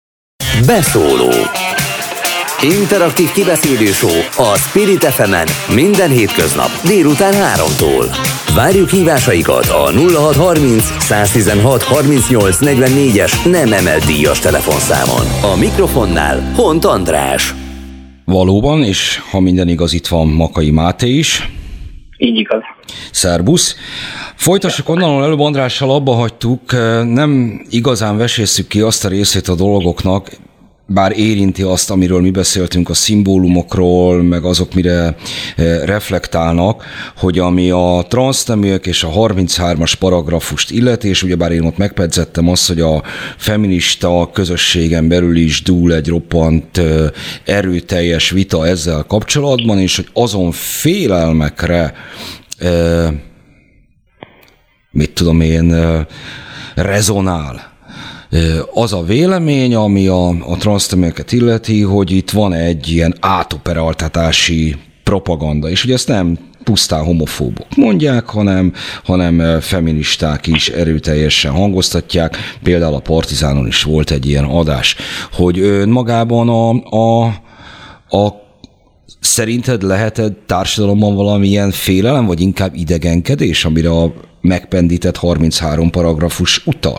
Beszóló. Interaktív kibeszélő show a Spirit ef emen minden hétköznap délután háromtól. Várjuk hívásaikat a nulla hat harminc száztizenhat harmincnyolc negyvennégyes nem emelt díjas telefonszámon. A mikrofonnál Hont András. Valóban, és ha minden igaz, itt van Makai Máté is. Így igaz. Szerbusz. Folytassuk onnan, ahol előbb Andrással abba hagytuk, nem igazán vesézzük ki azt a részét a dolgoknak, bár érinti azt, amiről mi beszéltünk, a szimbólumokról, meg azok mire reflektálnak, hogy ami a transzneműek és a harminchármas paragrafust illeti, és ugyebár én ott megpedzettem azt, hogy a feminista közösségen belül is dúl egy roppant erőteljes vita ezzel kapcsolatban, és hogy azon félelmekre mit tudom én, rezonál az a vélemény, ami a, a transzneműeket illeti, hogy itt van egy ilyen átoperáltatási propaganda, és hogy ezt nem pusztán homofóbok mondják, hanem, hanem feministák is erőteljesen hangoztatják. Például a Partizánon is volt egy ilyen adás, hogy önmagában a, a, a szerinted lehet társadalomban valamilyen félelem, vagy inkább idegenkedés, amire a megpendített harminchárom paragrafus utal?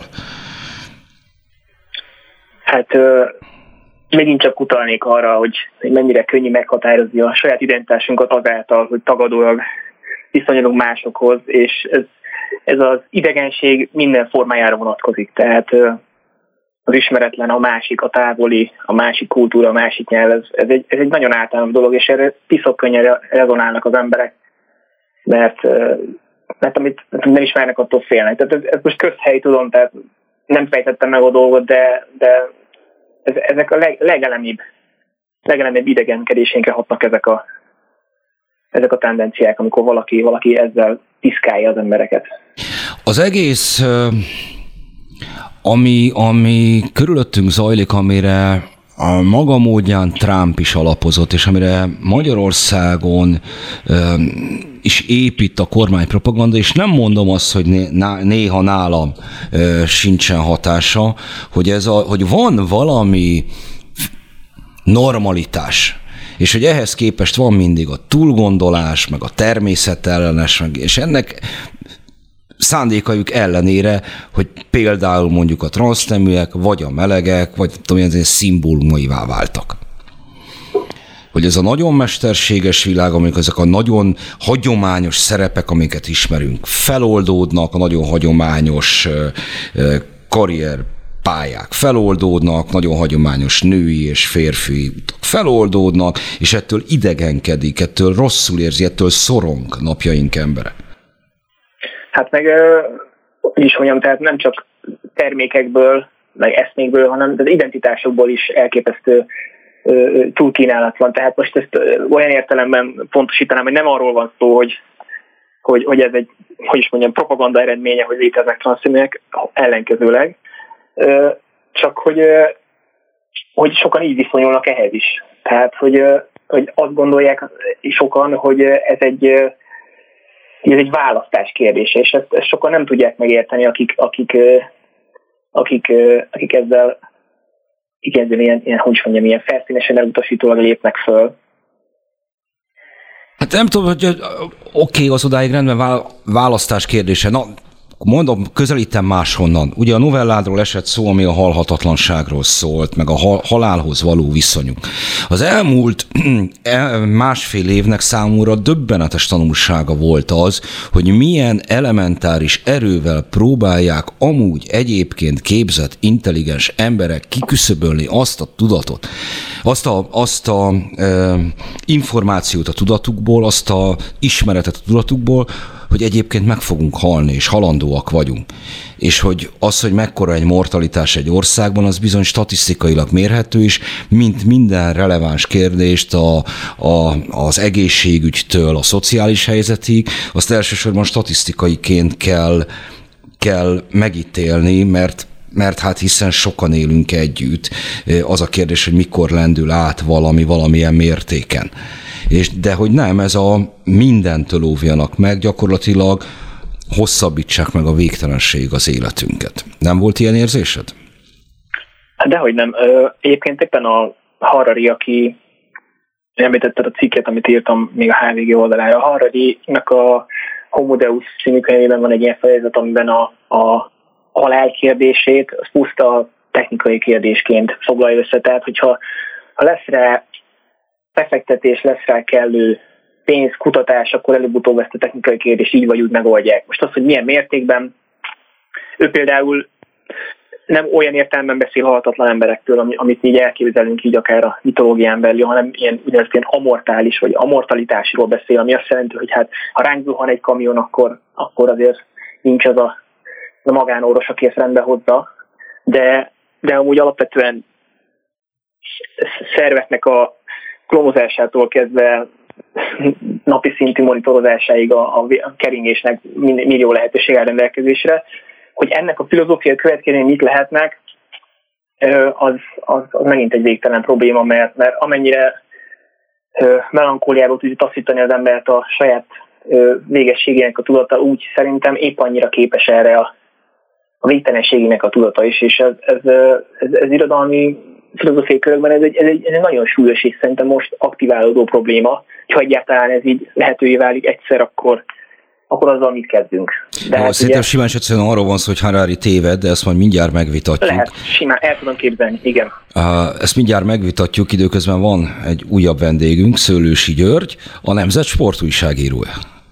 Hát megint csak utalnék arra, hogy mennyire könnyű meghatározni a saját identitásunkat azáltal, hogy tagadólag viszonyulunk másokhoz, és ez, ez az idegenség minden formájára vonatkozik. Tehát az ismeretlen, a másik, a távoli, a másik kultúra, a másik nyelv, ez, ez, egy, ez egy nagyon általános dolog, és erre piszok könnyen rezonálnak az emberek, mert, mert amit nem ismernek, attól félnek. Tehát ez, ez most közhely, tudom, tehát nem fejtettem meg a dolgot, de, de ez, ezek a leg, legelemibb, legelemibb idegenkedésénkre hatnak ezek a, ezek a tendenciák, amikor valaki, valaki ezzel piszkálja az embereket. Az egész, ami, ami körülöttünk zajlik, amire a maga módján Trump is alapozott, és amire Magyarországon is épít a kormánypropaganda, és nem mondom azt, hogy néha nálam sincsen hatása, hogy, ez a, hogy van valami normalitás, és hogy ehhez képest van mindig a túlgondolás, meg a természetellenes, meg, és ennek szándékajuk ellenére, hogy például mondjuk a transzneműek, vagy a melegek, vagy tudom, ezért szimbólumaivá váltak. Hogy ez a nagyon mesterséges világ, amikor ezek a nagyon hagyományos szerepek, amiket ismerünk, feloldódnak, a nagyon hagyományos karrierpályák feloldódnak, nagyon hagyományos női és férfi utak feloldódnak, és ettől idegenkedik, ettől rosszul érzi, ettől szorong napjaink embere. Hát meg, úgy is mondjam, tehát nem csak termékekből, meg eszmékből, hanem az identitásokból is elképesztő túlkínálat van. Tehát most ezt olyan értelemben pontosítanám, hogy nem arról van szó, hogy, hogy, hogy ez egy, hogy is mondjam, propaganda eredménye, hogy léteznek transzneműek, ellenkezőleg. Csak hogy, hogy sokan így viszonyulnak ehhez is. Tehát, hogy, hogy azt gondolják sokan, hogy ez egy ez egy választás kérdése, és ezt, ezt sokan nem tudják megérteni, akik, akik, akik, akik ezzel, ezzel ilyen, ilyen, hogy mondjam, ilyen felszínesen elutasítólag lépnek föl. Hát nem tudom, hogy oké, okay, az odáig rendben választás kérdése. Na, mondom, közelítem máshonnan. Ugye a novelládról esett szó, ami a halhatatlanságról szólt, meg a halálhoz való viszonyunk. Az elmúlt másfél évnek számomra döbbenetes tanulsága volt az, hogy milyen elementáris erővel próbálják amúgy egyébként képzett, intelligens emberek kiküszöbölni azt a tudatot, azt a, azt a e, információt a tudatukból, azt a ismeretet a tudatukból, hogy egyébként meg fogunk halni, és halandóak vagyunk. És hogy az, hogy mekkora egy mortalitás egy országban, az bizony statisztikailag mérhető is, mint minden releváns kérdést a, a, az egészségügytől a szociális helyzetig, azt elsősorban statisztikaiként kell, kell megítélni, mert mert hát hiszen sokan élünk együtt. Az a kérdés, hogy mikor lendül át valami valamilyen mértéken. És, de hogy nem, ez a mindentől óvjanak meg, gyakorlatilag hosszabbítsák meg a végtelenség az életünket. Nem volt ilyen érzésed? Dehogy nem. Egyébként éppen a Harari, aki említetted a cikket, amit írtam még a há vé gé oldalára. A Harari-nak a Homo Deus című könyvében van egy ilyen fejezet, amiben a, a halál kérdését, az puszta technikai kérdésként foglalja össze. Tehát, hogyha ha lesz rá befektetés, lesz rá kellő pénz, kutatás, akkor előbb-utóbb ezt a technikai kérdést így vagy úgy megoldják. Most az, hogy milyen mértékben, ő például nem olyan értelemben beszél halhatatlan emberektől, amit így elképzelünk így akár a mitológián belül, hanem ilyen úgynevezett ilyen amortális vagy amortalitásról beszél, ami azt jelenti, hogy hát ha ránk zuhan egy kamion, akkor, akkor azért nincs az a, a magánóros, aki ezt rendbe hozza, de, de amúgy alapvetően szerveknek a klónozásától kezdve napi szintű monitorozásáig a, a keringésnek millió lehetőség áll rendelkezésre, hogy ennek a filozófiai következményei mit lehetnek, az, az, az megint egy végtelen probléma, mert, mert amennyire melankóliából tudja taszítani az embert a saját végességének a tudata, úgy szerintem épp annyira képes erre a, a végtelenségének a tudata is, és ez, ez, ez, ez irodalmi filozófiai körökben ez egy, ez, egy, ez egy nagyon súlyos és szerintem most aktiválódó probléma, ha egyáltalán ez így lehetővé válik egyszer, akkor akkor azzal mit kezdünk. De hát szerintem ugye, simán egyszerűen arról van szó, hogy Harari téved, de ezt majd mindjárt megvitatjuk. Lehet, simán, el tudom képzelni, igen. Ezt mindjárt megvitatjuk, időközben van egy újabb vendégünk, Szőlősi György, a Nemzet sportújságírója.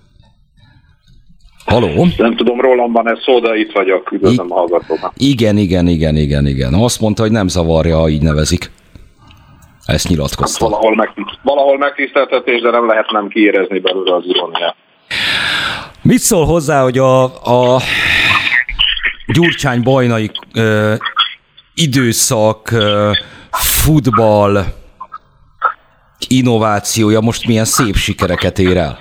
Haló? Nem tudom, rólam van ez szó, de itt vagyok, üdvözlöm a hallgatókat. Igen, igen, igen, igen, igen. Azt mondta, hogy nem zavarja, ha így nevezik. Ezt nyilatkozta. Hát valahol, meg, valahol megtiszteltetés, de nem lehet nem kiérezni belőle az iróniát. Mit szól hozzá, hogy a, a Gyurcsány-Bajnai ö, időszak ö, futball innovációja most milyen szép sikereket ér el?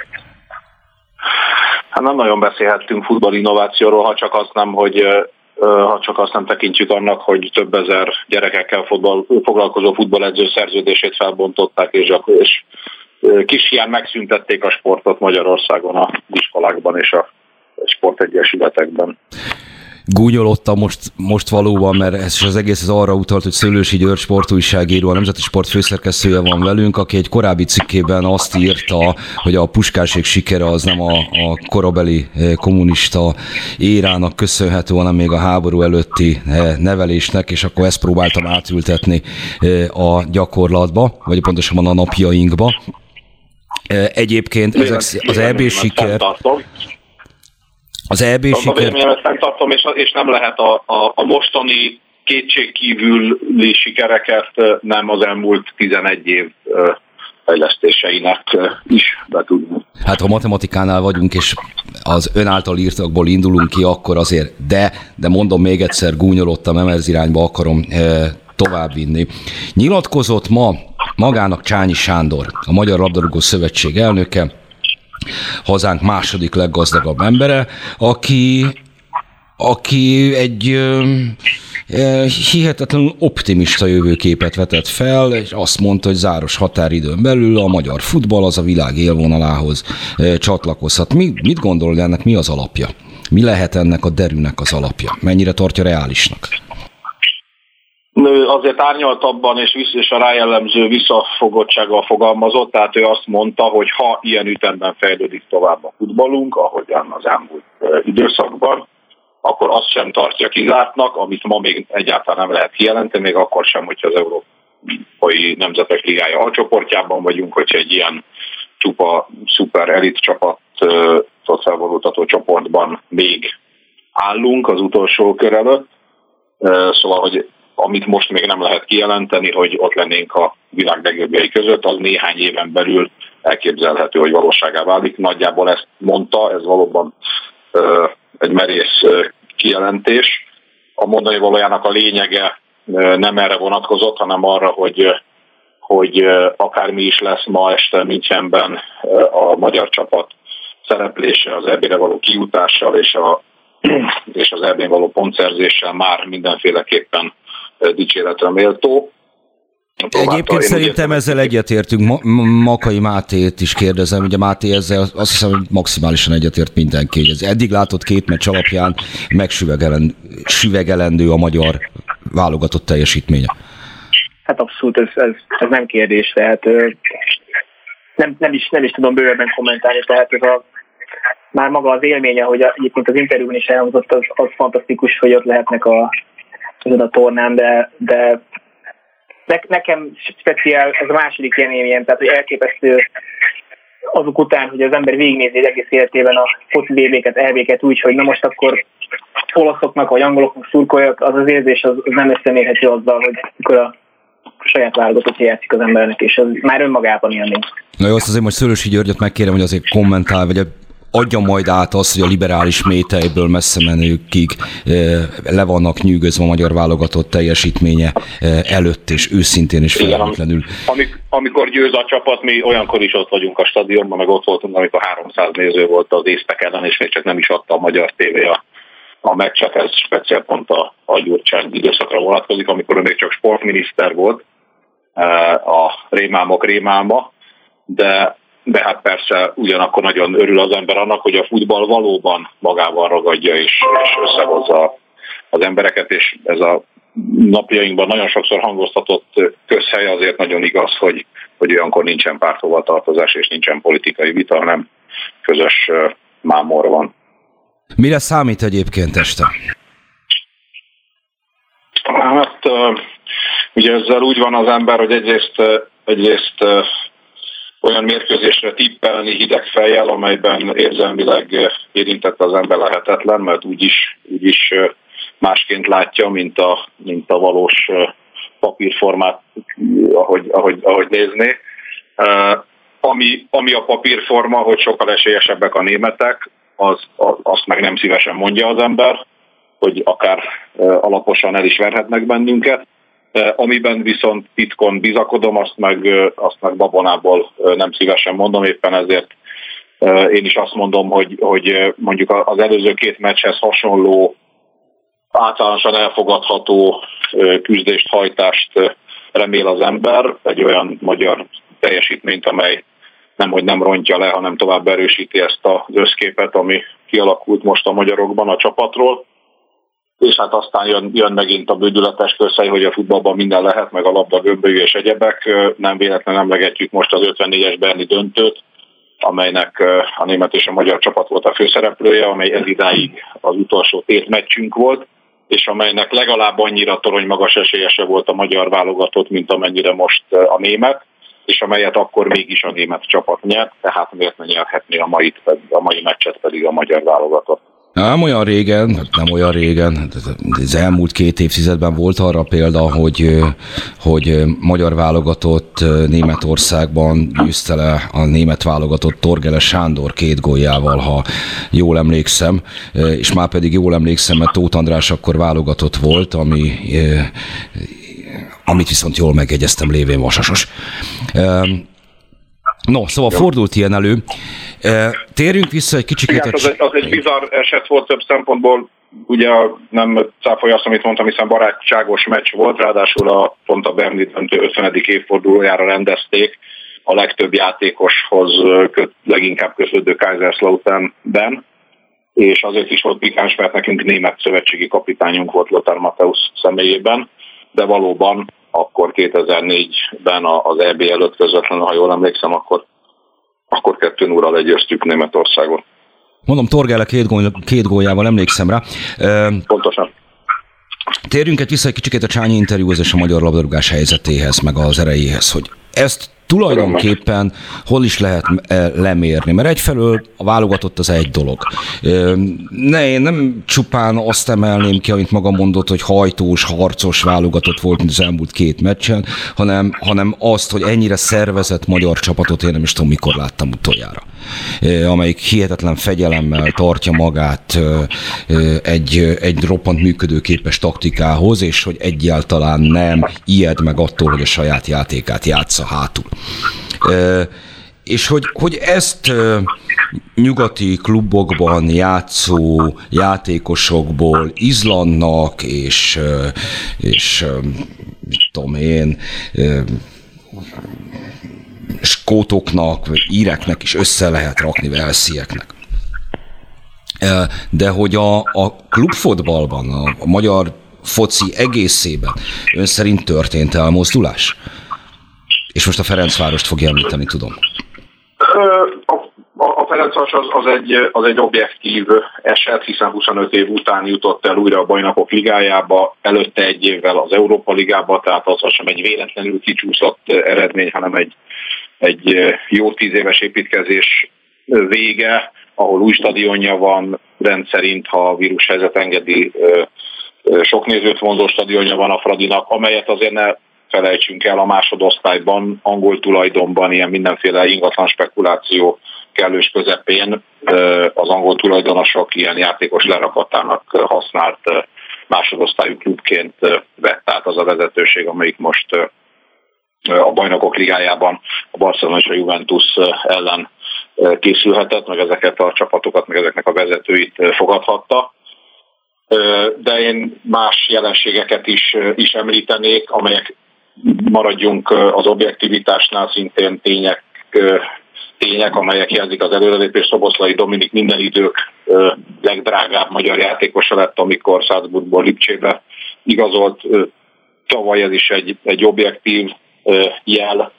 Hát nem nagyon beszélhettünk futball innovációról, ha csak azt nem, hogy ha csak azt nem tekintjük annak, hogy több ezer gyerekekkel futball, foglalkozó futballedző szerződését felbontották, és, és kis hián megszüntették a sportot Magyarországon a iskolákban és a sportegyesületekben. Gúnyolottam most, most valóban, mert ez az egész az arra utalt, hogy Szőlősi György sportújságíró, a Nemzeti Sport főszerkesztője van velünk, aki egy korábbi cikkében azt írta, hogy a Puskásék sikere az nem a, a korabeli kommunista érának köszönhető, hanem még a háború előtti nevelésnek, és akkor ezt próbáltam átültetni a gyakorlatba, vagy pontosabban a napjainkba. Egyébként ezek, az é bé siker... Az é bé siker... A véleményemet fenntartom, és, és nem lehet a, a, a mostani kétségkívüli sikereket nem az elmúlt tizenegy év fejlesztéseinek is betudni. Hát ha matematikánál vagyunk, és az ön által írtakból indulunk ki, akkor azért, de, de mondom még egyszer, gúnyolottam, nem ez irányba akarom e, továbbvinni. Nyilatkozott ma magának Csányi Sándor, a Magyar Labdarúgó Szövetség elnöke, hazánk második leggazdagabb embere, aki, aki egy ö, hihetetlenül optimista jövőképet vetett fel, és azt mondta, hogy záros határidőn belül a magyar futball az a világ élvonalához ö, csatlakozhat. Mi, mit gondol ennek, mi az alapja? Mi lehet ennek a derűnek az alapja? Mennyire tartja reálisnak? Azért árnyaltabban és, és a rájellemző visszafogottsággal fogalmazott, tehát ő azt mondta, hogy ha ilyen ütemben fejlődik tovább a futballunk, ahogyan az elmúlt időszakban, akkor azt sem tartja kizártnak, amit ma még egyáltalán nem lehet kijelenteni, még akkor sem, hogyha az Európai Nemzetek Ligája alcsoportjában vagyunk, hogyha egy ilyen csupa szuper elit csapatot felvonultató csoportban még állunk az utolsó kör előtt. Szóval, hogy amit most még nem lehet kijelenteni, hogy ott lennénk a világ legjobbjai között, az néhány éven belül elképzelhető, hogy valóságá válik. Nagyjából ezt mondta, ez valóban ö, egy merész ö, kijelentés. A mondani valójának a lényege ö, nem erre vonatkozott, hanem arra, hogy, hogy ö, akármi is lesz ma este Münchenben ö, a magyar csapat szereplése, az é bé-re való kijutással és, a, és az é bén való pontszerzéssel már mindenféleképpen dicséretre méltó. Egyébként szerintem ezzel egyetértünk. Ma- Makai Mátét is kérdezem, ugye Máté ezzel azt hiszem, hogy maximálisan egyetért mindenki, hogy ez eddig látott két meccs alapján megsüvegelendő a magyar válogatott teljesítménye. Hát abszolút, ez, ez, ez nem kérdés, tehát nem, nem, is, nem is tudom bővebben kommentálni, tehát ez a, már maga az élménye, hogy egyébként az interjúban is elhangzott, az, az fantasztikus, hogy ott lehetnek a ezen a tornán, de, de ne, nekem speciál ez a második ilyen élményem, tehát hogy elképesztő azok után, hogy az ember végignézi egész életében a foci bé bé-ket, é bé-ket úgy, hogy na most akkor olaszoknak vagy angoloknak szurkoljak, az az érzés az, az nem összemérhető azzal, hogy akkor a saját válogatottja játszik az embernek, és az már önmagában élmény. Na jó, azt azért most Szőlősi Györgyöt megkérem, hogy azért kommentál, vagy adja majd át azt, hogy a liberális mételyből messze menőkig le vannak nyűgözve a magyar válogatott teljesítménye előtt, és őszintén és felelőtlenül. Amikor győz a csapat, mi olyankor is ott vagyunk a stadionban, meg ott voltunk, amikor háromszáz néző volt az észtek ellen, és még csak nem is adta a magyar tévé a, a meccset, ez speciál pont a, a Gyurcsány időszakra vonatkozik, amikor ő még csak sportminiszter volt, a rémámok rémáma, de De hát persze ugyanakkor nagyon örül az ember annak, hogy a futball valóban magával ragadja és, és összehozza az embereket, és ez a napjainkban nagyon sokszor hangoztatott közhely azért nagyon igaz, hogy, hogy olyankor nincsen párthovatartozás és nincsen politikai vita, hanem közös mámor van. Mire számít egyébként este? Hát ugye ezzel úgy van az ember, hogy egyrészt, egyrészt olyan mérkőzésre tippelni hideg fejjel, amelyben érzelmileg érintett az ember lehetetlen, mert úgyis, úgyis másként látja, mint a, mint a valós papírformát, ahogy, ahogy, ahogy nézné. Ami, ami a papírforma, hogy sokkal esélyesebbek a németek, az, az, azt meg nem szívesen mondja az ember, hogy akár alaposan el is verhetnek bennünket. Amiben viszont titkon bizakodom, azt meg, azt meg babonából nem szívesen mondom, éppen ezért én is azt mondom, hogy, hogy mondjuk az előző két meccshez hasonló, általánosan elfogadható küzdést, hajtást remél az ember, egy olyan magyar teljesítményt, amely nemhogy nem rontja le, hanem tovább erősíti ezt az összképet, ami kialakult most a magyarokban a csapatról. És hát aztán jön, jön megint a bődületes közhely, hogy a futballban minden lehet, meg a labda gömbölyű és egyebek. Nem véletlenül emlegetjük most az ötvennégyes berni döntőt, amelynek a német és a magyar csapat volt a főszereplője, amely ez idáig az utolsó tétmeccsünk volt, és amelynek legalább annyira torony magas esélyese volt a magyar válogatott, mint amennyire most a német, és amelyet akkor mégis a német csapat nyert, tehát miért ne nyerhetné a mai, a mai meccset pedig a magyar válogatott. Nem olyan régen, nem olyan régen, az elmúlt két évtizedben volt arra példa, hogy, hogy magyar válogatott Németországban győzte le a német válogatott Torgele Sándor két góljával, ha jól emlékszem, és már pedig jól emlékszem, mert Tóth András akkor válogatott volt, ami, amit viszont jól megjegyeztem, lévén vasasos. No, szóval fordult ilyen elő. Térjünk vissza egy kicsit. Igen, az, egy, az egy bizarr eset volt több szempontból. Ugye nem cáfolja azt, amit mondtam, hiszen barátságos meccs volt, ráadásul a, pont a Berni döntő ötvenedik évfordulójára rendezték a legtöbb játékoshoz köt, leginkább kötődő Kaiserslauternben, és azért is volt pikáns, mert nekünk német szövetségi kapitányunk volt Lothar Matthäus személyében, de valóban akkor kétezer-négyben az é bé előtt közvetlenül, ha jól emlékszem, akkor, akkor kettő nullra legyőztük Németországot. Mondom, Torgele két, gól, két góljával emlékszem rá. Pontosan. Térjünk egy vissza egy kicsit a Csányi interjúhoz és a magyar labdarúgás helyzetéhez, meg az erejéhez, hogy ezt tulajdonképpen hol is lehet lemérni, mert egyfelől a válogatott az egy dolog. Ne, én nem csupán azt emelném ki, amit maga mondott, hogy hajtós, harcos válogatott volt, mint az elmúlt két meccsen, hanem, hanem azt, hogy ennyire szervezett magyar csapatot én nem is tudom, mikor láttam utoljára. Amelyik hihetetlen fegyelemmel tartja magát egy, egy roppant működőképes taktikához, és hogy egyáltalán nem ijed meg attól, hogy a saját játékát játsza hátul. És hogy, hogy ezt nyugati klubokban játszó játékosokból Izlandnak és, és mit tudom én, skótoknak, íreknek is össze lehet rakni, velszieknek. De hogy a, a klubfotballban, a, a magyar foci egészében ön szerint történt elmozdulás? És most a Ferencvárost fogja említeni, tudom. A, a Ferencváros az, az, egy, az egy objektív eset, hiszen huszonöt év után jutott el újra a Bajnokok Ligájába, előtte egy évvel az Európa Ligába, tehát az sem egy véletlenül kicsúszott eredmény, hanem egy, egy jó tíz éves építkezés vége, ahol új stadionja van, rendszerint, ha a vírushelyzet engedi, sok nézőt vonzó stadionja van a Fradinak, amelyet azért ne felejtsünk el, a másodosztályban, angol tulajdonban, ilyen mindenféle ingatlan spekuláció kellős közepén az angol tulajdonosok ilyen játékos lerakatának használt másodosztályú klubként vett át az a vezetőség, amelyik most a Bajnokok Ligájában a Barcelona és a Juventus ellen készülhetett, meg ezeket a csapatokat, meg ezeknek a vezetőit fogadhatta. De én más jelenségeket is, is említenék, amelyek, maradjunk az objektivitásnál, szintén tények, tények, amelyek jelzik az előrelépést. Szoboszlai Dominik minden idők legdrágább magyar játékosa lett, amikor Salzburgból Lipcsébe igazolt, tavaly ez is egy, egy objektív jel.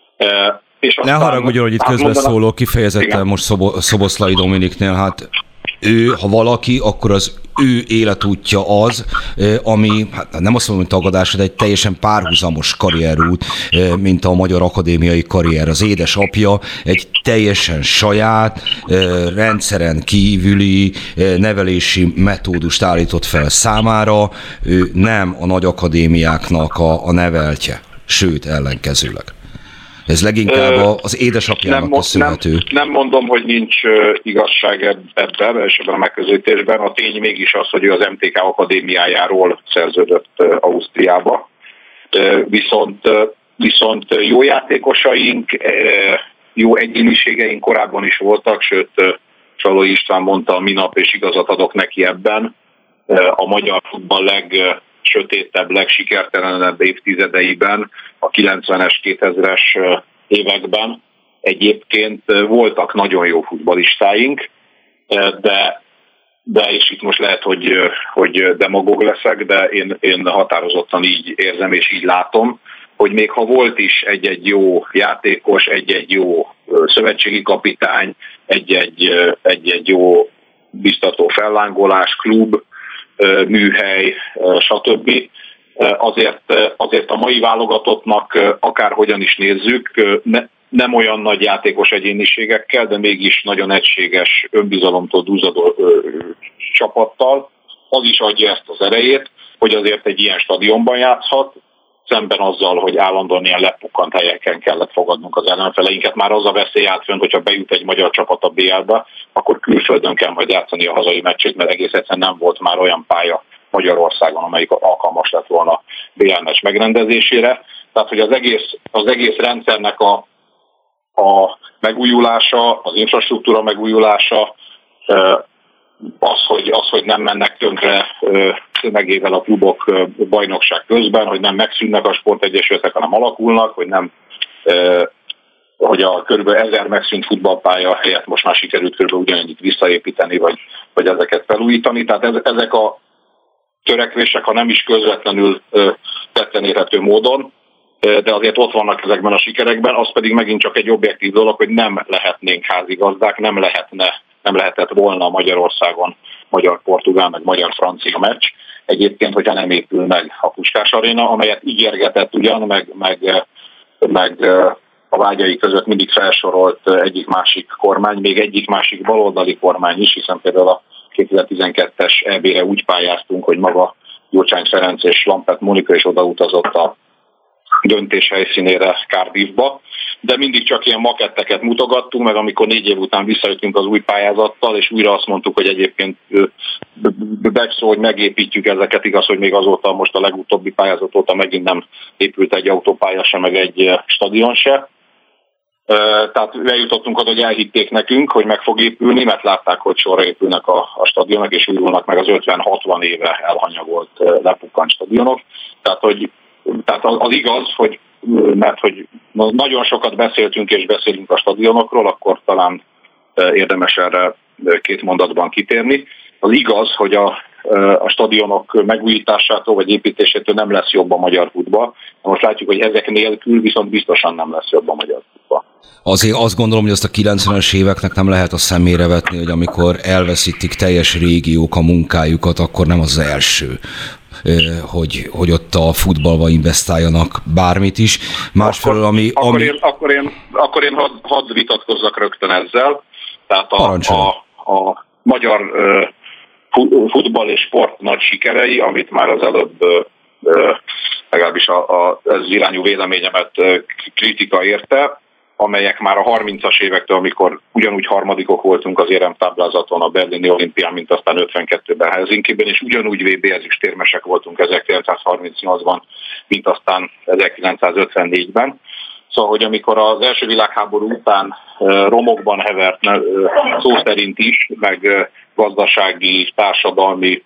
És ne haragudjon, hogy itt közbeszólok, kifejezetten igen. Most Szobo- Szoboszlai Dominiknél, hát ő, ha valaki, akkor az ő életútja az, ami, hát nem azt mondom, hogy tagadás, de egy teljesen párhuzamos karrierút, mint a magyar akadémiai karrier. Az édesapja egy teljesen saját, rendszeren kívüli nevelési metódust állított fel számára, ő nem a nagy akadémiáknak a, a neveltje, sőt, ellenkezőleg. Ez leginkább az édesapjának köszönhető. Nem, nem mondom, hogy nincs igazság ebben, és ebben a megközelítésben. A tény mégis az, hogy ő az em té ká akadémiájáról szerződött Ausztriába. Viszont, viszont jó játékosaink, jó egyéniségeink korábban is voltak, sőt, Salói István mondta minap, és igazat adok neki ebben, a magyar futball leg sötétebb, legsikertelenebb évtizedeiben, a kilencvenes, kétezres években egyébként voltak nagyon jó futballistáink, de, de és itt most lehet, hogy, hogy demagóg leszek, de én, én határozottan így érzem és így látom, hogy még ha volt is egy-egy jó játékos, egy-egy jó szövetségi kapitány, egy-egy, egy-egy jó biztató fellángolás, klub, műhely, stb. Azért, azért a mai válogatottnak akárhogyan is nézzük, ne, nem olyan nagy játékos egyéniségekkel, de mégis nagyon egységes, önbizalomtól dúzadó csapattal. Az is adja ezt az erejét, hogy azért egy ilyen stadionban játszhat, szemben azzal, hogy állandóan ilyen lepukkant helyeken kellett fogadnunk az ellenfeleinket. Már az a veszély állt fönn, hogyha bejut egy magyar csapat a bé el-be, akkor külföldön kell majd játszani a hazai meccsét, mert egész egyszerűen nem volt már olyan pálya Magyarországon, amelyik alkalmas lett volna bé el meccs megrendezésére. Tehát, hogy az egész, az egész rendszernek a, a megújulása, az infrastruktúra megújulása, az, hogy, az, hogy nem mennek tönkre tömegével a klubok bajnokság közben, hogy nem megszűnnek a sportegyesületek, hanem alakulnak, hogy nem, hogy a kb. ezer megszűnt futballpálya helyett most már sikerült kb. Ugyanennyit visszaépíteni, vagy, vagy ezeket felújítani. Tehát ezek a törekvések, ha nem is közvetlenül tetten érhető módon, de azért ott vannak ezekben a sikerekben, az pedig megint csak egy objektív dolog, hogy nem lehetnénk házigazdák, nem lehetne nem lehetett volna Magyarországon magyar-portugál, meg magyar-francia meccs. Egyébként, hogyha nem épül meg a Puskás Aréna, amelyet ígérgetett ugyan, meg, meg, meg a vágyai között mindig felsorolt egyik-másik kormány, még egyik-másik baloldali kormány is, hiszen például a kétezer-tizenkettes é bé-re úgy pályáztunk, hogy maga Gyurcsány Ferenc és Lampert Monika is odautazott a döntés helyszínére, Cardiffba, de mindig csak ilyen maketteket mutogattunk, meg amikor négy év után visszajöttünk az új pályázattal, és újra azt mondtuk, hogy egyébként becsszó, hogy megépítjük ezeket, igaz, hogy még azóta most a legutóbbi pályázat óta megint nem épült egy autópálya se, meg egy stadion se. Tehát eljutottunk oda, hogy elhitték nekünk, hogy meg fog épülni, mert látták, hogy sorra épülnek a, a stadionok, és újulnak meg az ötven-hatvan éve elhanyagolt lepukkant stadionok. Tehát, hogy Tehát az, az igaz, hogy, mert hogy nagyon sokat beszéltünk és beszélünk a stadionokról, akkor talán érdemes erre két mondatban kitérni. Az igaz, hogy a, a stadionok megújításától vagy építésétől nem lesz jobb a magyar futball. Most látjuk, hogy ezek nélkül viszont biztosan nem lesz jobb a magyar futball. Azért azt gondolom, hogy azt a kilencvenes éveknek nem lehet a szemére vetni, hogy amikor elveszítik teljes régiók a munkájukat, akkor nem az első, hogy, hogy ott a futballba investáljanak bármit is. Másfelől, ami... Akkor, ami... én, akkor én, akkor én hadd had vitatkozzak rögtön ezzel. Tehát a, a, a magyar uh, futball és sport nagy sikerei, amit már az előbb uh, legalábbis a, a, ez irányú véleményemet uh, kritika érte, amelyek már a harmincas évektől, amikor ugyanúgy harmadikok voltunk az éremtáblázaton a berlini olimpián, mint aztán ötvenkettőben Helsinkiben, és ugyanúgy vé bé ezüstérmesek voltunk ezerkilencszázharmincnyolcban, mint aztán ezerkilencszázötvennégyben. Szóval, hogy amikor az első világháború után romokban hevert szó szerint is, meg gazdasági, társadalmi,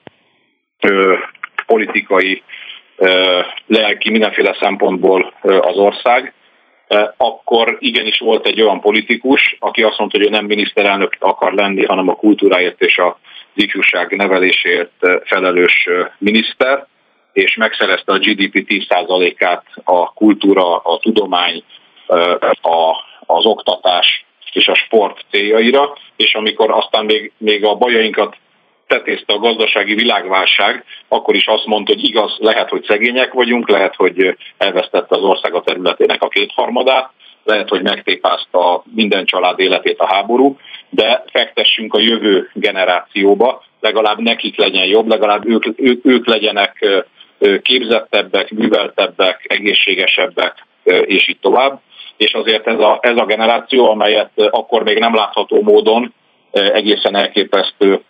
politikai, lelki, mindenféle szempontból az ország, akkor igenis volt egy olyan politikus, aki azt mondta, hogy ő nem miniszterelnök akar lenni, hanem a kultúráért és az ifjúság nevelésért felelős miniszter, és megszerezte a gé dé pé tíz százalékát a kultúra, a tudomány, a, az oktatás és a sport céljaira, és amikor aztán még, még a bajainkat tetézte a gazdasági világválság, akkor is azt mondta, hogy igaz, lehet, hogy szegények vagyunk, lehet, hogy elvesztette az ország a területének a kétharmadát, lehet, hogy megtépázta minden család életét a háború, de fektessünk a jövő generációba, legalább nekik legyen jobb, legalább ők, ők, ők legyenek képzettebbek, műveltebbek, egészségesebbek, és így tovább. És azért ez a, ez a generáció, amelyet akkor még nem látható módon egészen elképesztő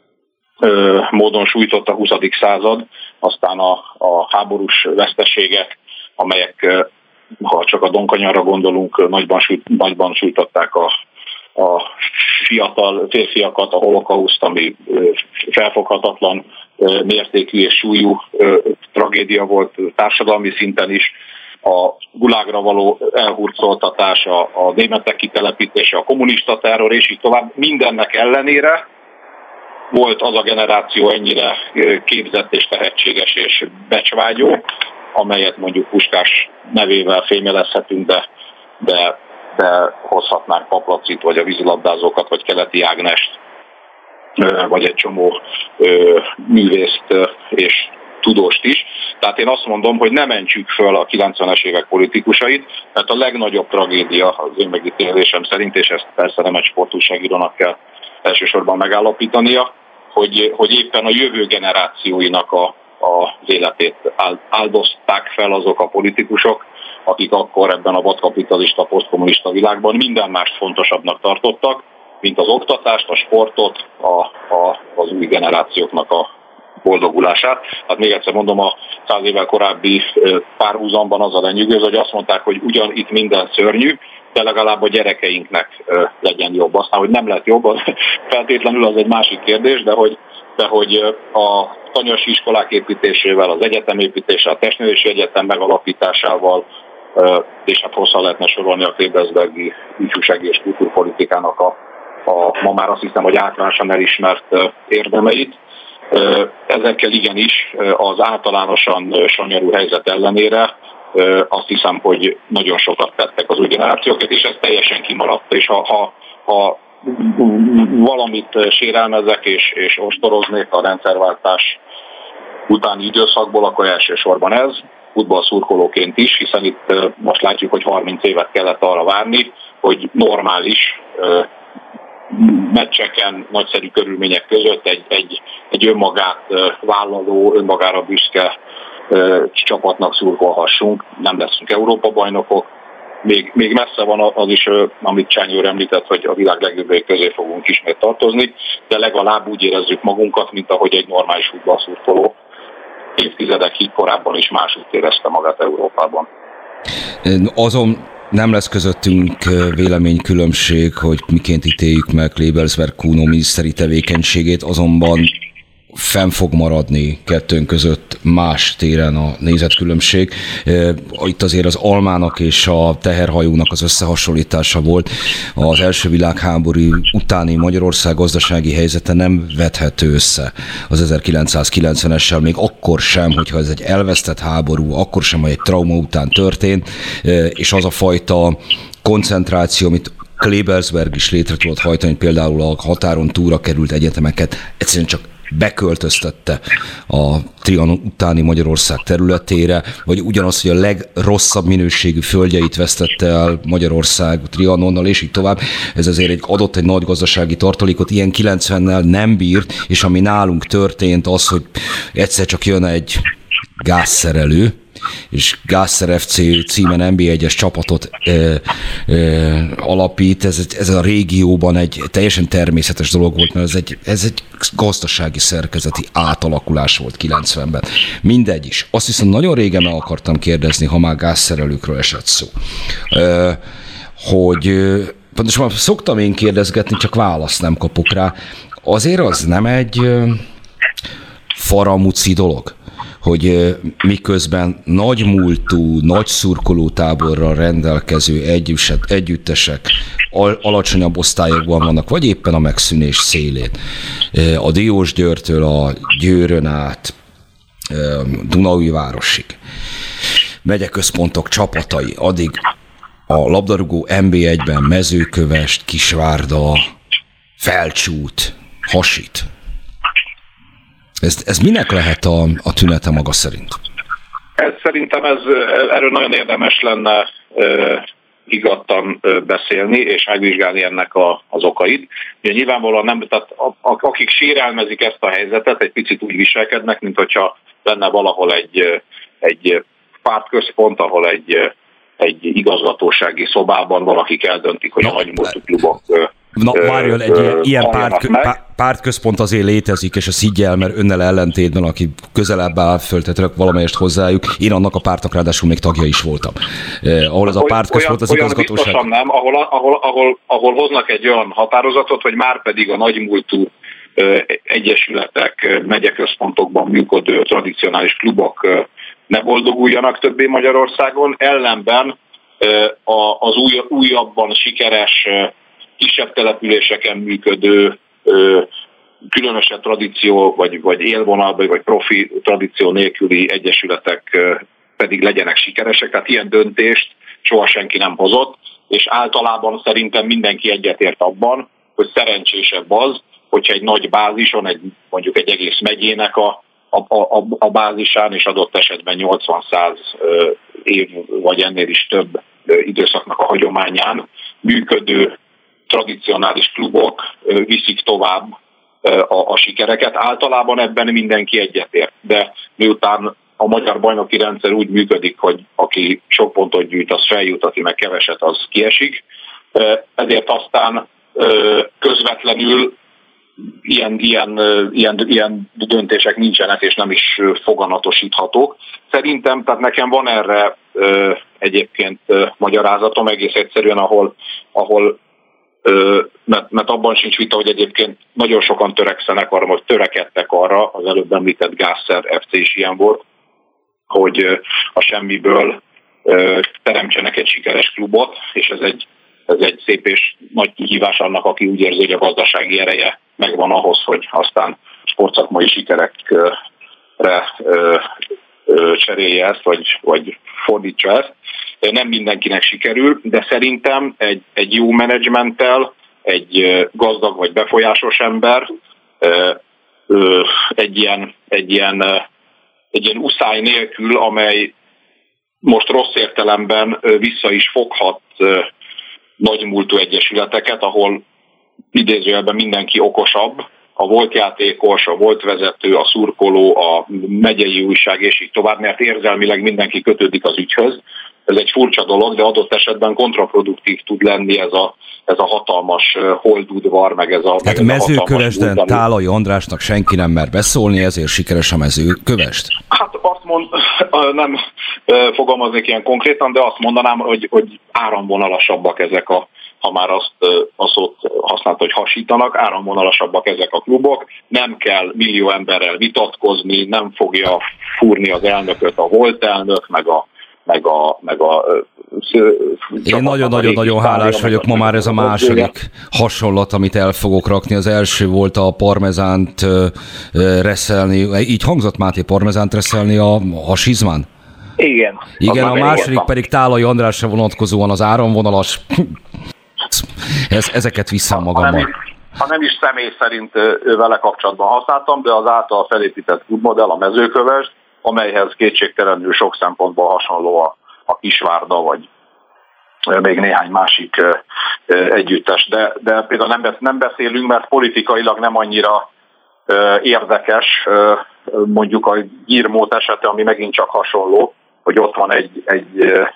módon sújtott a huszadik század, aztán a, a háborús veszteségek, amelyek, ha csak a Donkanyarra gondolunk, nagyban, sújt, nagyban sújtották a, a fiatal férfiakat, a holokauszt, ami felfoghatatlan mértékű és súlyú tragédia volt társadalmi szinten is, a gulágra való elhurcoltatás, a, a németek kitelepítése, a kommunista terror, és így tovább. Mindennek ellenére volt az a generáció ennyire képzett és tehetséges és becsvágyó, amelyet mondjuk Puskás nevével fémjelezhetünk, de, de, de hozhatnánk Paplacit, vagy a vízilabdázókat, vagy Keleti Ágnest, vagy egy csomó művészt és tudóst is. Tehát én azt mondom, hogy ne mentsük föl a kilencvenes évek politikusait, mert a legnagyobb tragédia az én megítélésem szerint, és ezt persze nem egy sportújságírónak kell elsősorban megállapítania, hogy, hogy éppen a jövő generációinak a, a életét áldozták fel azok a politikusok, akik akkor ebben a vadkapitalista, posztkommunista világban minden mást fontosabbnak tartottak, mint az oktatást, a sportot, a, a, az új generációknak a boldogulását. Hát még egyszer mondom, a száz évvel korábbi párhuzamban az a lenyűgöző, hogy azt mondták, hogy ugyan itt minden szörnyű, de legalább a gyerekeinknek legyen jobb. Aztán, hogy nem lett jobb, az feltétlenül az egy másik kérdés, de hogy, de hogy a tanyasi iskolák építésével, az egyetemépítéssel, a Testnevelési Egyetem megalapításával, és hát hosszan lehetne sorolni a Klebersbergi ifjúsági és kultúrpolitikának a, a ma már azt hiszem, hogy általánosan elismert érdemeit. Ezekkel igenis az általánosan sanyarú helyzet ellenére azt hiszem, hogy nagyon sokat tettek az új generációkat, és ez teljesen kimaradt. És ha, ha, ha valamit sérelmezek és, és ostoroznék a rendszerváltás utáni időszakból, akkor elsősorban ez, futballszurkolóként is, hiszen itt most látjuk, hogy harminc évet kellett arra várni, hogy normális meccseken, nagyszerű körülmények között egy, egy, egy önmagát vállaló, önmagára büszke csapatnak szurkolhassunk. Nem leszünk Európa-bajnokok. Még, még messze van az is, amit Csányi úr említett, hogy a világ legjobbjai közé fogunk ismét tartozni, de legalább úgy érezzük magunkat, mint ahogy egy normális futballszurkoló évtizedekig korábban is másút érezte magát Európában. Azon nem lesz közöttünk véleménykülönbség, hogy miként ítéljük meg Klebersberg Kuno miniszteri tevékenységét, azonban fenn fog maradni kettőnk között más téren a nézetkülönbség. Itt azért az almának és a teherhajónak az összehasonlítása volt. Az első világháború utáni Magyarország gazdasági helyzete nem vethető össze az ezerkilencszázkilencvenessel, még akkor sem, hogyha ez egy elvesztett háború, akkor sem, hogy egy trauma után történt, és az a fajta koncentráció, amit Klebersberg is létre tudott hajtani, például a határon túlra került egyetemeket, egyszerűen csak beköltöztette a Trianon utáni Magyarország területére, vagy ugyanaz, hogy a legrosszabb minőségű földjeit vesztette el Magyarország Trianonnal, és így tovább. Ez azért egy adott egy nagy gazdasági tartalékot, ilyen kilencvennel nem bírt, és ami nálunk történt az, hogy egyszer csak jön egy gázszerelő, és Gászer ef cé címen en bé egyes csapatot ö, ö, alapít. Ez, ez a régióban egy teljesen természetes dolog volt, mert ez egy, ez egy gazdasági szerkezeti átalakulás volt kilencvenben. Mindegy is. Azt hiszem nagyon régen meg akartam kérdezni, ha már gázszerelőkről esett szó, ö, hogy pontosan szoktam én kérdezgetni, csak választ nem kapok rá. Azért az nem egy ö, faramuci dolog, hogy miközben nagy múltú, nagy szurkolótáborral rendelkező együttet, együttesek al- alacsonyabb osztályokban vannak, vagy éppen a megszűnés szélén. A Diósgyőrtől a Győrön át, Dunaújvárosig, megyeközpontok csapatai, addig a labdarúgó en bé egyben Mezőkövesd, Kisvárda, Felcsút, Hasit. Ez, ez minek lehet a, a tünete maga szerint? Ez, szerintem ez, erről nagyon érdemes lenne uh, higgadtan uh, beszélni, és megvizsgálni ennek a, az okait. Ugye nyilvánvalóan nem, tehát a, a, akik sérelmezik ezt a helyzetet, egy picit úgy viselkednek, mint hogyha lenne valahol egy, egy pártközpont, ahol egy, egy igazgatósági szobában valakik eldöntik, hogy no, a nagymúltú klubok... Na, várjon, egy ilyen, ilyen párt, pártközpont azért létezik, és a sziggyel, mert önnel ellentétben, aki közelebb áll, föltetőleg valamelyest hozzájuk, én annak a pártnak ráadásul még tagja is voltam. Eh, ahol az a pártközpont az olyan igazgatóság... Olyan nem, ahol, ahol, ahol, ahol hoznak egy olyan határozatot, hogy már pedig a nagymúltú eh, egyesületek, megyeközpontokban működő tradicionális klubok eh, ne boldoguljanak többé Magyarországon, ellenben eh, az új, újabban sikeres eh, kisebb településeken működő, különösen tradíció, vagy, vagy élvonalban, vagy profi tradíció nélküli egyesületek pedig legyenek sikeresek. Tehát ilyen döntést soha senki nem hozott, és általában szerintem mindenki egyetért abban, hogy szerencsésebb az, hogyha egy nagy bázison, egy, mondjuk egy egész megyének a, a, a, a bázisán, és adott esetben nyolcvan-száz év, vagy ennél is több időszaknak a hagyományán működő tradicionális klubok viszik tovább a, a sikereket. Általában ebben mindenki egyetért, de miután a magyar bajnoki rendszer úgy működik, hogy aki sok pontot gyűjt, az feljut, aki meg keveset, az kiesik. Ezért aztán közvetlenül ilyen, ilyen, ilyen, ilyen döntések nincsenek, és nem is foganatosíthatók. Szerintem, tehát nekem van erre egyébként magyarázatom egész egyszerűen, ahol, ahol Mert, mert abban sincs vita, hogy egyébként nagyon sokan törekszenek arra, vagy törekedtek arra, az előbb említett Gászer ef cé is ilyen volt, hogy a semmiből teremtsenek egy sikeres klubot, és ez egy, ez egy szép és nagy kihívás annak, aki úgy érzi, hogy a gazdasági ereje megvan ahhoz, hogy aztán sportszakmai sikerekre cserélje ezt, vagy, vagy fordítsa ezt. Nem mindenkinek sikerül, de szerintem egy, egy jó menedzsmenttel, egy gazdag vagy befolyásos ember egy ilyen, egy ilyen, egy ilyen uszály nélkül, amely most rossz értelemben vissza is foghat nagymúltú egyesületeket, ahol idézőjelben mindenki okosabb, a volt játékos, a volt vezető, a szurkoló, a megyei újság és így tovább, mert érzelmileg mindenki kötődik az ügyhöz. Ez egy furcsa dolog, de adott esetben kontraproduktív tud lenni ez a, ez a hatalmas holdudvar, meg ez a... Hát Mezőkövesden Tálai Andrásnak senki nem mer beszólni, ezért sikeres a Mezőkövesd? Hát azt mond, nem fogalmaznék ilyen konkrétan, de azt mondanám, hogy, hogy áramvonalasabbak ezek a, ha már azt a szót használt, hogy hasítanak, áramvonalasabbak ezek a klubok, nem kell millió emberrel vitatkozni, nem fogja fúrni az elnököt a volt elnök, meg a meg a... Meg a Én nagyon-nagyon-nagyon hálás vagyok, ma már ez a második hasonlat, amit el fogok rakni. Az első volt a parmezánt reszelni, így hangzott Máté, parmezánt reszelni a hasizmán? Igen. Igen, a második pedig Tálai Andrásra vonatkozóan az áramvonalas. Ez, ezeket vissza magammal. Ha nem, ha nem is személy szerint vele kapcsolatban használtam, de az által felépített klubmodell, a Mezőkövesd, amelyhez kétségtelenül sok szempontból hasonló a, a Kisvárda, vagy még néhány másik együttes. De, de például nem, nem beszélünk, mert politikailag nem annyira érdekes, mondjuk a Gyirmót esete, ami megint csak hasonló, hogy ott van egy... egy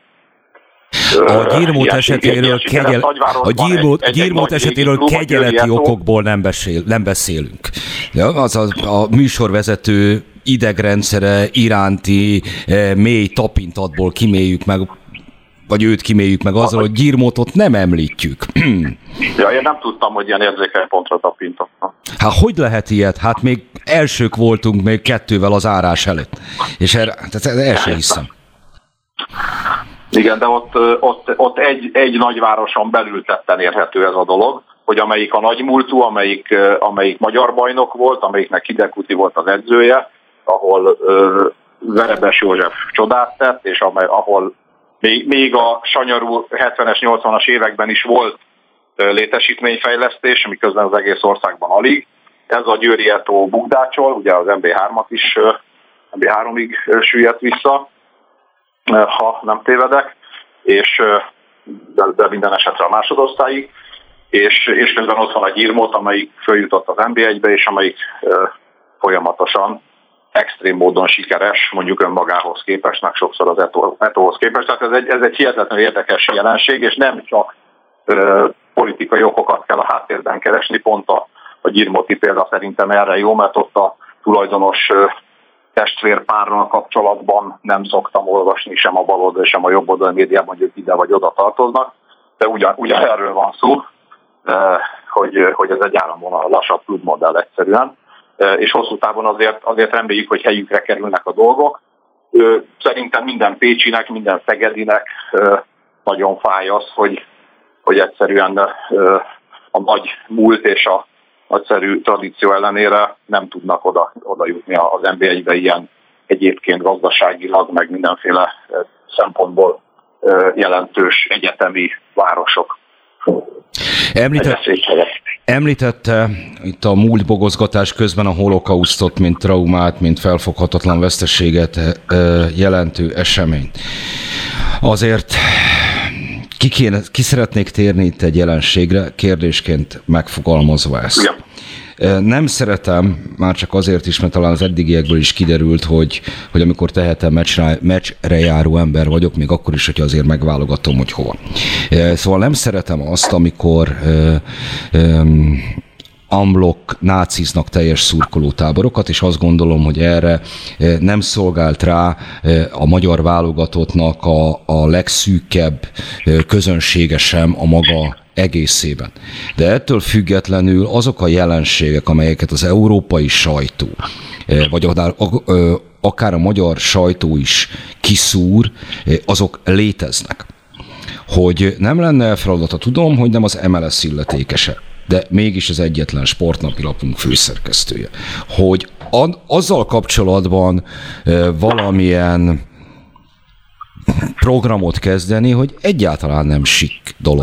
A Gyirmót esetéről, kegyel, a Gyirmót, egy, Gyirmót egy esetéről klub, kegyeleti okokból nem, beszél, nem beszélünk. Ja, az a, a műsorvezető idegrendszere iránti e, mély tapintatból kiméljük meg, vagy őt kiméljük meg azzal, hogy Gyirmótot nem említjük. Ja, én nem tudtam, hogy ilyen érzékeny pontra tapintottam. Hát hogy lehet ilyet? Hát még elsők voltunk még kettővel az árás előtt. És erre, tehát el sem hiszem. Igen, de ott, ott, ott egy, egy nagyvároson belül tetten érhető ez a dolog, hogy amelyik a nagymúltú, amelyik, amelyik magyar bajnok volt, amelyiknek Hidegkuti volt az edzője, ahol Verebes József csodát tett, és amely, ahol még, még a sanyarú hetvenes, nyolcvanas években is volt létesítményfejlesztés, miközben az egész országban alig. Ez a Győri Eto bukdácsol, ugye az em bé hármat is, em bé háromig süllyedt vissza, ha nem tévedek, és de, de minden esetre a másodosztályig, és, és közben ott van a Gyirmot, amelyik följutott az en bé egybe, és amelyik folyamatosan extrém módon sikeres, mondjuk önmagához képest, meg sokszor az Etohoz képest. Tehát ez egy, ez egy hihetetlenül érdekes jelenség, és nem csak ö, politikai okokat kell a háttérben keresni, pont a, a Gyirmoti példa szerintem erre jó, mert ott a tulajdonos ö, testvérpárral kapcsolatban nem szoktam olvasni sem a baloldal, sem a jobboldali médiában, hogy ők ide vagy oda tartoznak, de ugyan, ugyan erről van szó, ö, hogy, hogy ez egy áramvonalasabb klubmodell egyszerűen. És hosszú távon azért, azért reméljük, hogy helyükre kerülnek a dolgok. Szerintem minden pécsinek, minden szegedinek nagyon fáj az, hogy, hogy egyszerűen a nagy múlt és a nagyszerű tradíció ellenére nem tudnak oda, oda jutni az en bé egybe ilyen egyébként gazdaságilag, meg mindenféle szempontból jelentős egyetemi városok. Említett, említette itt a múlt bogozgatás közben a holokausztot, mint traumát, mint felfoghatatlan veszteséget jelentő eseményt. Azért ki, kéne, ki szeretnék térni itt egy jelenségre, kérdésként megfogalmazva ezt. Ja. Nem szeretem, már csak azért is, mert talán az eddigiekből is kiderült, hogy, hogy amikor tehetem meccsre, meccsre járó ember vagyok, még akkor is, hogyha azért megválogatom, hogy hova. Szóval nem szeretem azt, amikor unblock náciznak teljes szurkolótáborokat, és azt gondolom, hogy erre nem szolgált rá a magyar válogatottnak a, a legszűkebb közönsége sem a maga egészében. De ettől függetlenül azok a jelenségek, amelyeket az európai sajtó, vagy akár a magyar sajtó is kiszúr, azok léteznek. Hogy nem lenne feladata, tudom, hogy nem az em el es illetékese, de mégis az egyetlen sportnapilapunk főszerkesztője. Hogy azzal kapcsolatban valamilyen programot kezdeni, hogy egyáltalán nem sik dolog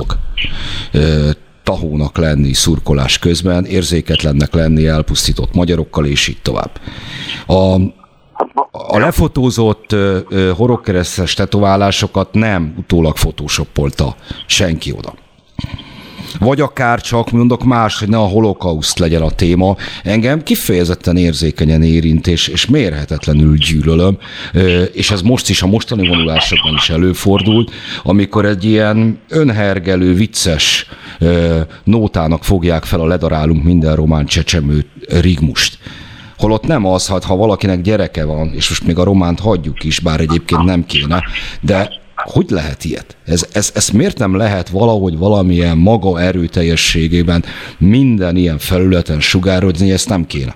tahónak lenni szurkolás közben, érzéketlennek lenni elpusztított magyarokkal, és így tovább. A, a lefotózott horogkeresztes tetoválásokat nem utólag photoshopolta senki oda. Vagy akár csak mondok más, hogy ne a holokauszt legyen a téma. Engem kifejezetten érzékenyen érint, és, és mérhetetlenül gyűlölöm, és ez most is a mostani vonulásokban is előfordult, amikor egy ilyen önhergelő, vicces nótának fogják fel a ledarálunk minden román csecsemő rigmust. Holott nem az, hát ha valakinek gyereke van, és most még a románt hagyjuk is, bár egyébként nem kéne, de hogy lehet ilyet? Ez, ez, ez miért nem lehet valahogy valamilyen maga erőteljességében minden ilyen felületen sugározni, ezt nem kéne?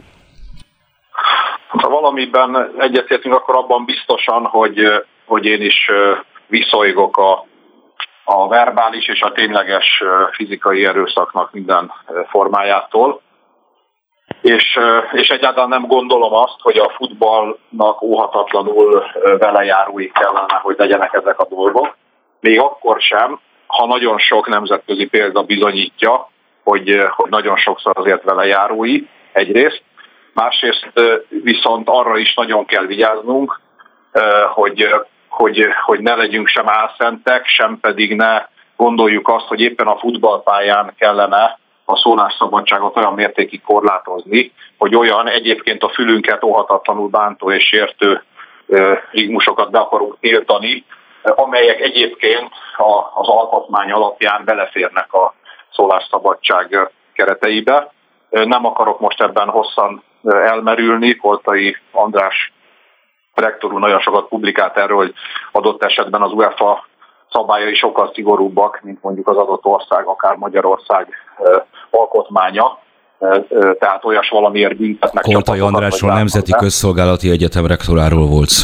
Ha valamiben egyetértünk, akkor abban biztosan, hogy, hogy én is viszolygok a, a verbális és a tényleges fizikai erőszaknak minden formájától. És, és egyáltalán nem gondolom azt, hogy a futballnak óhatatlanul velejárói kellene, hogy legyenek ezek a dolgok. Még akkor sem, ha nagyon sok nemzetközi példa bizonyítja, hogy, hogy nagyon sokszor azért velejárói egyrészt. Másrészt viszont arra is nagyon kell vigyáznunk, hogy, hogy, hogy ne legyünk sem álszentek, sem pedig ne gondoljuk azt, hogy éppen a futballpályán kellene a szólásszabadságot olyan mértékig korlátozni, hogy olyan egyébként a fülünket óhatatlanul bántó és sértő rigmusokat be akarunk tiltani, amelyek egyébként az alkotmány alapján beleférnek a szólásszabadság kereteibe. Nem akarok most ebben hosszan elmerülni, Koltai András rektor úr nagyon sokat publikált erről, hogy adott esetben az UEFA szabályai sokkal szigorúbbak, mint mondjuk az adott ország, akár Magyarország alkotmánya, tehát olyas valamiért büntetnek. Koltai Andrásról, Nemzeti Közszolgálati Egyetem rektoráról volt szó.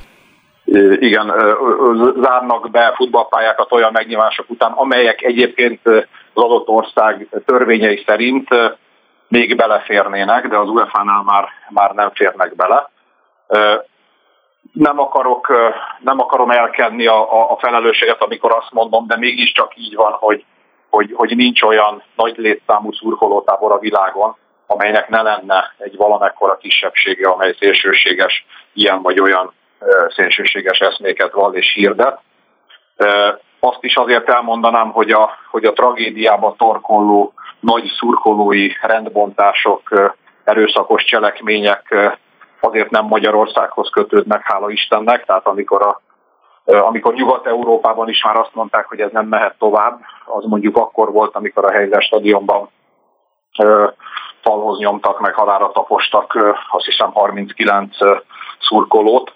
Igen, zárnak be futballpályákat olyan megnyilvánulások után, amelyek egyébként az adott ország törvényei szerint még beleférnének, de az u e fá-nál már, már nem férnek bele. Nem akarok, nem akarom elkenni a, a felelősséget, amikor azt mondom, de mégiscsak így van, hogy, hogy, hogy nincs olyan nagy létszámú szurkolótábor a világon, amelynek ne lenne egy valamekkora kisebbsége, amely szélsőséges, ilyen vagy olyan szélsőséges eszméket vall és hirdet. Azt is azért elmondanám, hogy a, hogy a tragédiába torkolló nagy szurkolói rendbontások, erőszakos cselekmények azért nem Magyarországhoz kötődnek, hála Istennek. Tehát amikor, a, amikor Nyugat-Európában is már azt mondták, hogy ez nem mehet tovább, az mondjuk akkor volt, amikor a Heydel stadionban falhoz nyomtak, meg halálra tapostak, azt hiszem harminckilenc szurkolót,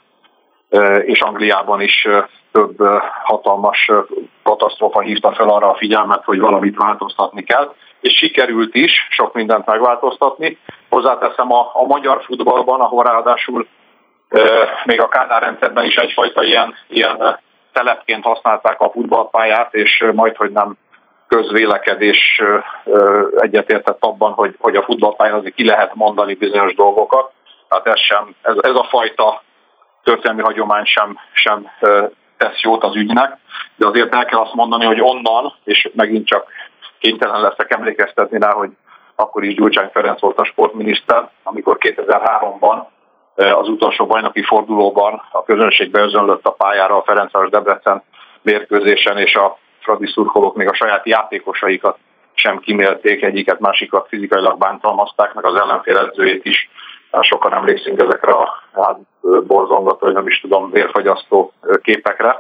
és Angliában is több hatalmas katasztrófa hívta fel arra a figyelmet, hogy valamit változtatni kell, és sikerült is sok mindent megváltoztatni. Hozzáteszem, a, a magyar futballban, ahol ráadásul e, még a Kádár rendszerben is egyfajta ilyen, ilyen telepként használták a futballpályát, és majdhogy nem közvélekedés e, egyetértett abban, hogy, hogy a futballpályán azért ki lehet mondani bizonyos dolgokat. Tehát ez, sem, ez, ez a fajta történelmi hagyomány sem, sem e, tesz jót az ügynek, de azért el kell azt mondani, hogy onnan, és megint csak kénytelen leszek emlékeztetni rá, hogy akkor is Gyurcsány Ferenc volt a sportminiszter, amikor kétezer-háromban az utolsó bajnoki fordulóban a közönség beözönlött a pályára a Ferencváros Debrecen mérkőzésen, és a fradi szurkolók még a saját játékosaikat sem kimélték, egyiket másikat fizikailag bántalmazták, meg az ellenfél edzőjét is. Sokan emlékszünk ezekre a hát, borzongató, vagy nem is tudom, vérfagyasztó képekre.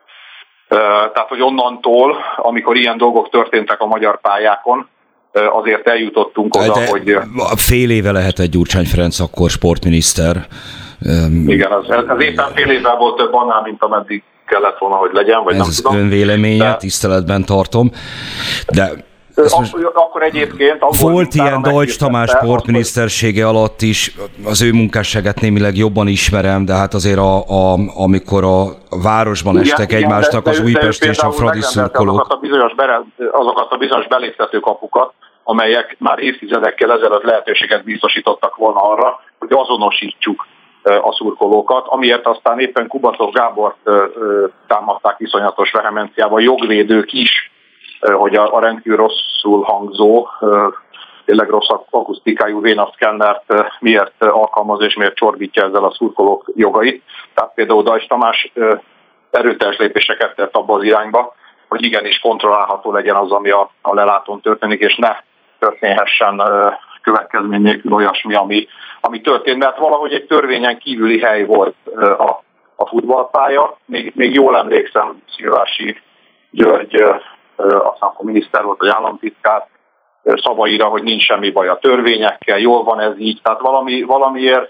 Tehát, hogy onnantól, amikor ilyen dolgok történtek a magyar pályákon, azért eljutottunk oda, de hogy... Fél éve lehetett Gyurcsány Ferenc akkor sportminiszter. Igen, az, ez éppen fél évvel volt több annál, mint ameddig kellett volna, hogy legyen, vagy ez nem tudom. Ez önvéleménye, de... tiszteletben tartom, de... Ak- akkor egyébként... Volt ilyen Deutsch Tamás sportminisztersége alatt is, az ő munkásságát némileg jobban ismerem, de hát azért a, a, amikor a városban igen, estek igen, egymásnak de, az Újpest és a fradi szurkolók. Azokat a bizonyos, bere, azokat a bizonyos beléptető kapukat, amelyek már évtizedekkel ezelőtt lehetőséget biztosítottak volna arra, hogy azonosítsuk a szurkolókat, amiért aztán éppen Kubatov Gábort támadták iszonyatos vehemenciával, jogvédők is, hogy a, a rendkívül rosszul hangzó, tényleg rossz akusztikájú vénaszkennert miért alkalmaz és miért csorbítja ezzel a szurkolók jogait. Tehát például Deutsch Tamás erőteljes lépéseket tett abba az irányba, hogy igenis kontrollálható legyen az, ami a, a lelátón történik, és ne történhessen következmény nélkül olyasmi, ami, ami történt. Mert valahogy egy törvényen kívüli hely volt a, a futballpálya. Még, még jól emlékszem, Szilvási György, aztán a miniszter volt, vagy államtitkár szavaira, hogy nincs semmi baj a törvényekkel, jól van ez így, tehát valami, valamiért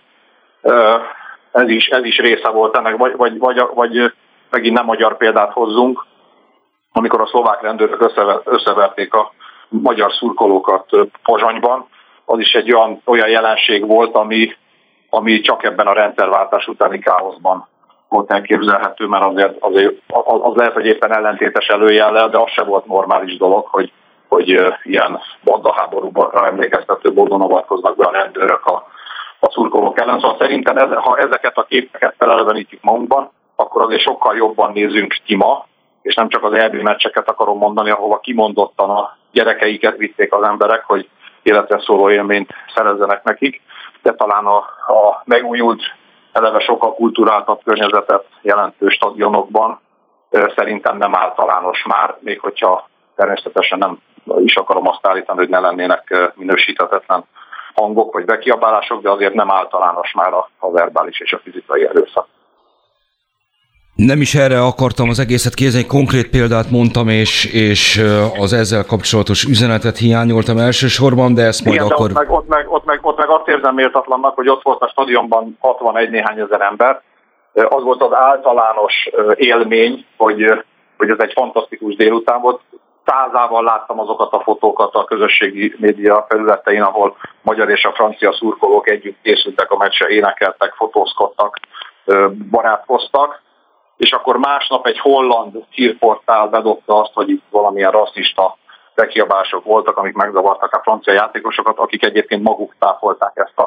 ez is, ez is része volt ennek, vagy, vagy, vagy, vagy megint nem magyar példát hozzunk, amikor a szlovák rendőrök összeverték a magyar szurkolókat Pozsonyban, az is egy olyan, olyan jelenség volt, ami, ami csak ebben a rendszerváltás utáni káoszban volt elképzelhető, mert azért, azért az lehet, hogy éppen ellentétes előjellel, de az se volt normális dolog, hogy, hogy ilyen bandaháborúra emlékeztető módon avatkoznak be a rendőrök a, a szurkolók ellen. Szóval szerintem ez, ha ezeket a képeket felelevenítjük magunkban, akkor azért sokkal jobban nézünk ki ma, és nem csak az er bé meccseket akarom mondani, ahova kimondottan a gyerekeiket vitték az emberek, hogy életre szóló élményt szerezzenek nekik, de talán a, a megújult, eleve sokkal kulturáltabb környezetet jelentő stadionokban szerintem nem általános már, még hogyha természetesen nem is akarom azt állítani, hogy ne lennének minősíthetetlen hangok vagy bekiabálások, de azért nem általános már a, a verbális és a fizikai erőszak. Nem is erre akartam az egészet kérdezni, egy konkrét példát mondtam, és, és az ezzel kapcsolatos üzenetet hiányoltam elsősorban, de ezt majd igen, akkor... Ott meg, ott, meg, ott, meg, ott meg azt érzem méltatlannak, hogy ott volt a stadionban hatvanegy néhány ezer ember. Az volt az általános élmény, hogy, hogy ez egy fantasztikus délután volt. Százával láttam azokat a fotókat a közösségi média felületein, ahol magyar és a francia szurkolók együtt készültek a meccsre, énekeltek, fotózkodtak, barátkoztak. És akkor másnap egy holland hírportál bedobta azt, hogy itt valamilyen rasszista bekiabálások voltak, amik megzavartak a francia játékosokat, akik egyébként maguk táfolták ezt a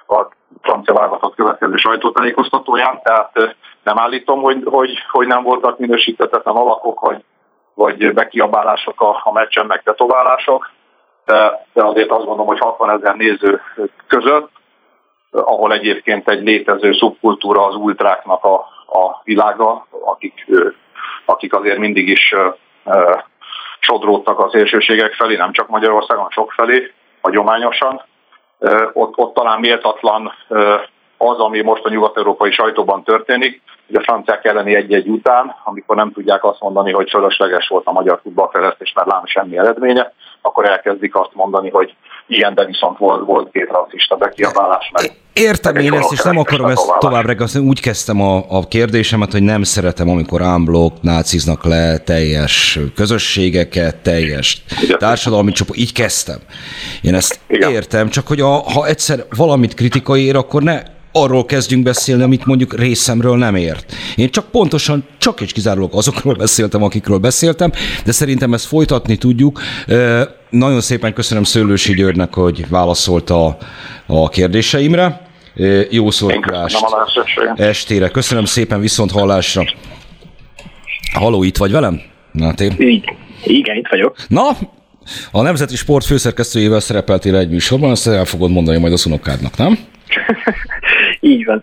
a francia válogatott következő sajtótájékoztatóján, tehát nem állítom, hogy, hogy, hogy nem voltak minősíthetetlen alakok, vagy, vagy bekiabálások a, a meccsen, meg tetoválások, de, de azért azt gondolom, hogy hatvanezer néző között, ahol egyébként egy létező szubkultúra az ultráknak a, a világa, akik, akik azért mindig is uh, sodródtak az szélsőségek felé, nem csak Magyarországon, sok felé, hagyományosan. Uh, ott, ott talán méltatlan uh, az, ami most a nyugat-európai sajtóban történik, hogy a franciák elleni egy-egy után, amikor nem tudják azt mondani, hogy fölösleges volt a magyar futballfejlesztés, mert lám semmi eredménye, akkor elkezdik azt mondani, hogy igen, de viszont volt, volt két rasszista bekiabálás. Meg, Értem meg én ezt, és nem akarom ezt tovább regasztani. Úgy kezdtem a, a kérdésemet, hogy nem szeretem, amikor ámblok náciznak le teljes közösségeket, teljes igen. társadalmi csoport. Így kezdtem. Én ezt igen. értem, csak hogy a, ha egyszer valamit kritika ér, akkor ne arról kezdjünk beszélni, amit mondjuk részemről nem ért. Én csak pontosan, csak és kizárólag azokról beszéltem, akikről beszéltem, de szerintem ezt folytatni tudjuk. Nagyon szépen köszönöm Szőlősi Györgynek, hogy válaszolt a, a kérdéseimre. Jó szórakozást estére. Köszönöm szépen, viszont hallásra. Halló, itt vagy velem? Máté? Igen, itt vagyok. Na, a Nemzeti Sport főszerkesztőjével szerepeltél egy műsorban, azt el fogod mondani majd az unokádnak, nem? Így van.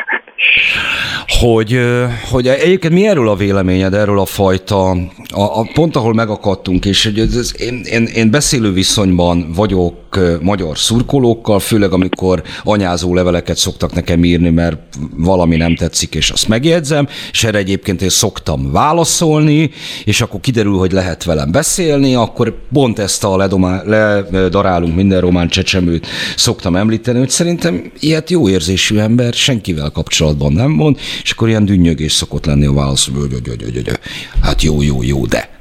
Hogy, hogy egyébként mi erről a véleményed, erről a fajta, a, a pont ahol megakadtunk, és hogy ez, én, én, én beszélő viszonyban vagyok magyar szurkolókkal, főleg amikor anyázó leveleket szoktak nekem írni, mert valami nem tetszik, és azt megjegyzem, és erre egyébként én szoktam válaszolni, és akkor kiderül, hogy lehet velem beszélni, akkor pont ezt a ledomá, ledarálunk minden román csecsemőt szoktam említeni, hogy szerintem ilyet jó érzésű ember senkivel kapcsolatban nem mond, és akkor ilyen dünnyögés szokott lenni a válasz, hogy hát jó, jó, jó, de.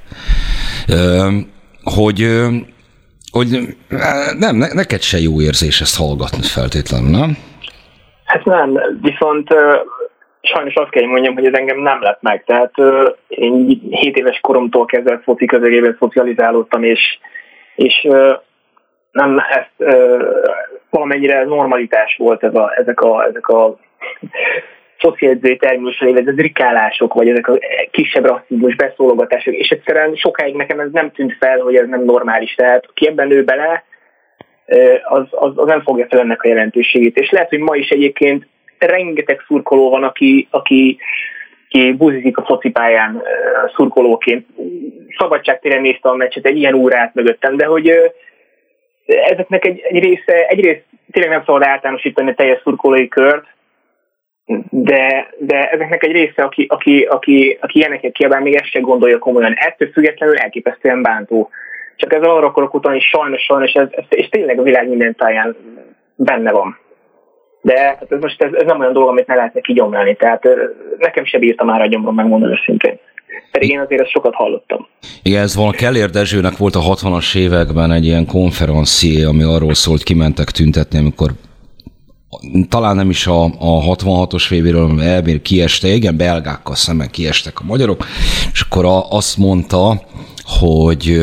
Hogy, hogy nem, neked se jó érzés ezt hallgatni feltétlenül, nem? Hát nem, viszont sajnos azt kell, hogy mondjam, hogy ez engem nem lett meg. Tehát én hét éves koromtól kezdve foci közegében szocializálódtam, és, és nem ezt valamennyire normalitás volt ez a, ezek a, ezek a szocializálói terminusra évezett rikálások, vagy ezek a kisebb rasszizmus beszólogatások, és egyszerűen sokáig nekem ez nem tűnt fel, hogy ez nem normális. Tehát aki ebben nő bele, az, az, az nem fogja fel ennek a jelentőségét. És lehet, hogy ma is egyébként rengeteg szurkoló van, aki, aki, aki buzizik a focipályán szurkolóként. Szabadságtéren nézte a meccset, egy ilyen órát mögöttem, de hogy ezeknek egy, egy része, egyrészt tényleg nem szabad általánosítani a teljes szurkolói kört, de, de ezeknek egy része, aki, aki, aki, aki ilyeneket kiabál, még ezt sem gondolja komolyan. Ettől függetlenül elképesztően bántó. Csak ezzel arra akarok utalni, sajnos, sajnos, ez, ez, és tényleg a világ minden táján benne van. De hát ez most ez, ez nem olyan dolog, amit ne lehetne kigyomlálni. Tehát nekem sem bírtam már a gyomrom, megmondani őszintén. Pedig én azért ezt sokat hallottam. Igen, ez van, Keller Dezsőnek volt a hatvanas években egy ilyen konferencié, ami arról szólt, kimentek tüntetni, amikor talán nem is a, a hatvanhatos vé béről, hanem elbír kieste, igen, belgákkal szemben kiestek a magyarok, és akkor a, azt mondta, hogy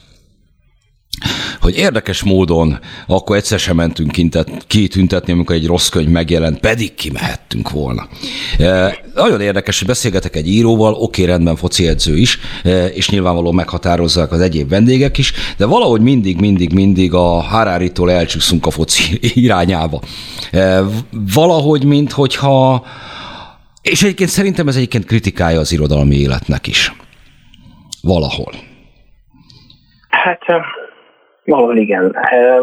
hogy érdekes módon akkor egyszer sem mentünk kitüntetni, amikor egy rossz könyv megjelent, pedig kimehettünk volna. E, nagyon érdekes, hogy beszélgetek egy íróval, oké, rendben, foci edző is, e, és nyilvánvalóan meghatározzák az egyéb vendégek is, de valahogy mindig, mindig, mindig a Harari-tól elcsúszunk a foci irányába. E, valahogy, minthogyha, és egyébként szerintem ez egyébként kritikája az irodalmi életnek is. Valahol. Hát... Valahol igen.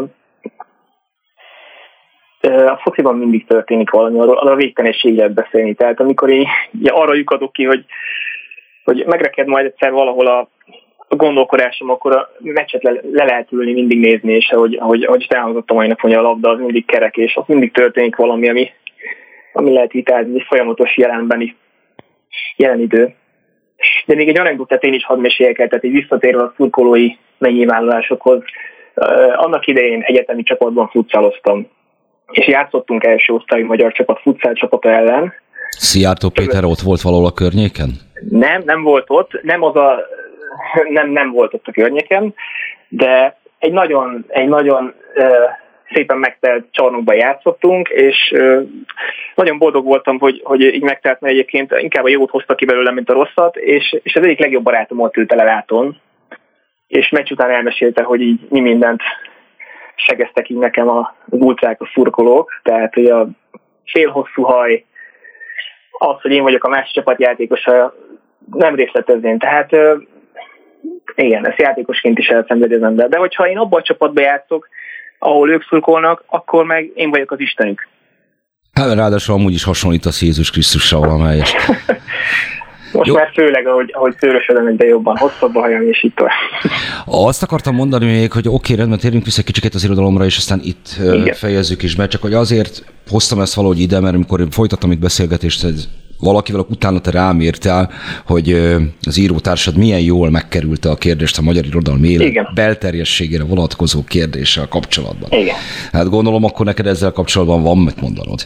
A fociban mindig történik valami, arról a végtelenségig lehet beszélni. Tehát amikor én ugye, arra lyukadok ki, hogy, hogy megreked majd egyszer valahol a, a gondolkodásom, akkor a meccset le, le lehet ülni, mindig nézni, és ahogy, ahogy, ahogy elhangzott a mai nap, hogy a labda az mindig kerek, és ott mindig történik valami, ami, ami lehet vitázni, egy folyamatos jelenbeni jelen idő. De még egy anekdotát én is hadd meséljek el, tehát így visszatérve a szurkolói megnyilvánulásokhoz. Uh, annak idején egyetemi csapatban futszáloztam, és játszottunk első osztályú magyar csapat futszál csapata ellen. Szijjártó Péter ott volt valahol a környéken? Nem, nem volt ott, nem, az a, nem, nem volt ott a környéken, de egy nagyon, egy nagyon uh, szépen megtelt csarnokban játszottunk, és nagyon boldog voltam, hogy, hogy így megtelt, mert egyébként inkább a jót hozta ki belőle, mint a rosszat, és, és az egyik legjobb barátom ott ült leláton, és meccs után elmesélte, hogy így mi mindent segeztek így nekem a ultrák, a szurkolók, tehát hogy a félhosszú haj, az, hogy én vagyok a másik csapat játékosa, nem részletezném, tehát igen, ezt játékosként is elszenvedi az ember, de hogyha én abban a csapatban játszok, ahol ők szurkolnak, akkor meg én vagyok az Istenük. Hát ráadásul amúgy is hasonlítasz Jézus Krisztussal valamelyest. Most jó. Már főleg, ahogy, ahogy szőrösödöm egyre jobban, hosszabb a hajam, és így tovább. Azt akartam mondani még, hogy oké, rendben, térjünk vissza kicsit az irodalomra, és aztán itt igen. fejezzük is be, csak hogy azért hoztam ezt valahogy ide, mert amikor folytattam itt beszélgetést, valakivel utána te rám írtál, hogy az írótársad milyen jól megkerülte a kérdést a magyar irodalmi élet igen. belterjességére vonatkozó kérdéssel kapcsolatban. Igen. Hát gondolom, akkor neked ezzel kapcsolatban van mit mondanod?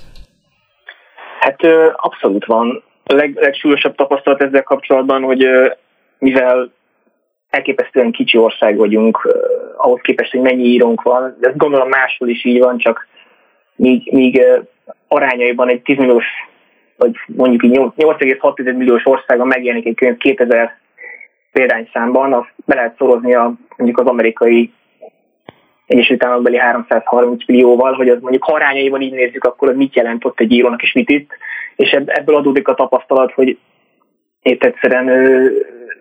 Hát abszolút van. A leg, legsúlyosabb tapasztalat ezzel kapcsolatban, hogy mivel elképesztően kicsi ország vagyunk, ahhoz képest, hogy mennyi írónk van, de ezt gondolom máshol is így van, csak míg, míg arányaiban egy tíz milliós, vagy mondjuk így nyolc egész hat milliós országon megjelenik egy könyv kétezer példányszámban, azt be lehet szorozni a, mondjuk az amerikai Egyesült Államokbeli háromszázharminc millióval, hogy az mondjuk ha arányaiban így nézzük, akkor az mit jelent ott egy írónak, és mit itt. És ebből adódik a tapasztalat, hogy épp egyszerűen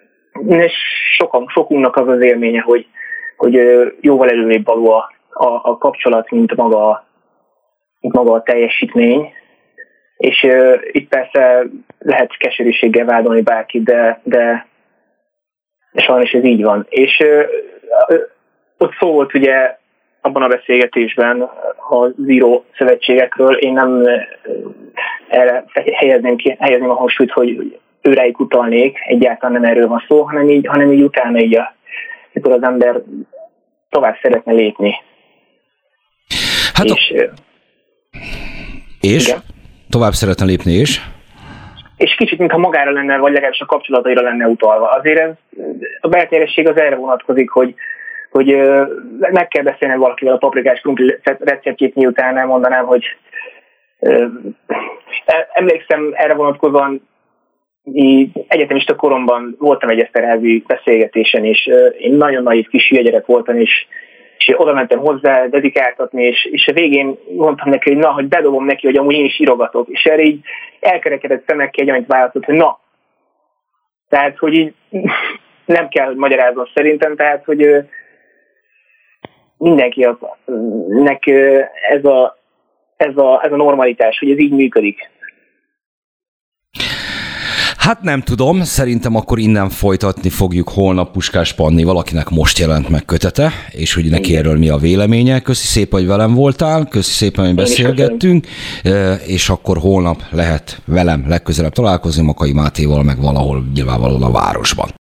sokan, sokunknak az az élménye, hogy, hogy jóval előrébb való a, a, a kapcsolat, mint maga, mint maga a teljesítmény. És uh, itt persze lehet keserűséggel vádolni bárkit, de, de, de sajnos ez így van. És uh, ott szó volt ugye abban a beszélgetésben az író szövetségekről, én nem erre helyezném, ki, helyezném a hangsúlyt, hogy őrájuk utalnék, egyáltalán nem erről van szó, hanem így, hanem így utána így, a, amikor az ember tovább szeretne lépni. Hát és? A... És? Igen. Tovább szeretne lépni és? És kicsit, mintha magára lenne, vagy legalábbis a kapcsolataira lenne utalva. Azért ez, a belterjesség az erre vonatkozik, hogy hogy meg kell beszélni valakivel a paprikás krumpli receptjét, miután elmondanám, hogy emlékszem erre vonatkozóan, egyetemista koromban voltam egy Eszterházy beszélgetésen, és én nagyon naív kis hülye gyerek voltam, és, és oda mentem hozzá dedikáltatni, és, és a végén mondtam neki, hogy na, hogy bedobom neki, hogy amúgy én is írogatok, és erre így elkerekedett szemekkel egy annyit választott, hogy na. Tehát, hogy így nem kell, hogy magyarázom szerintem, tehát, hogy mindenkinek ez a, ez, a, ez a normalitás, hogy ez így működik. Hát nem tudom, szerintem akkor innen folytatni fogjuk holnap Puskás Panni, valakinek most jelent meg kötete, és hogy neki erről mi a véleménye. Köszi szépen, hogy velem voltál, köszi szépen, hogy beszélgettünk, és akkor holnap lehet velem legközelebb találkozni, Makai Mátéval, meg valahol nyilvánvalóan a városban.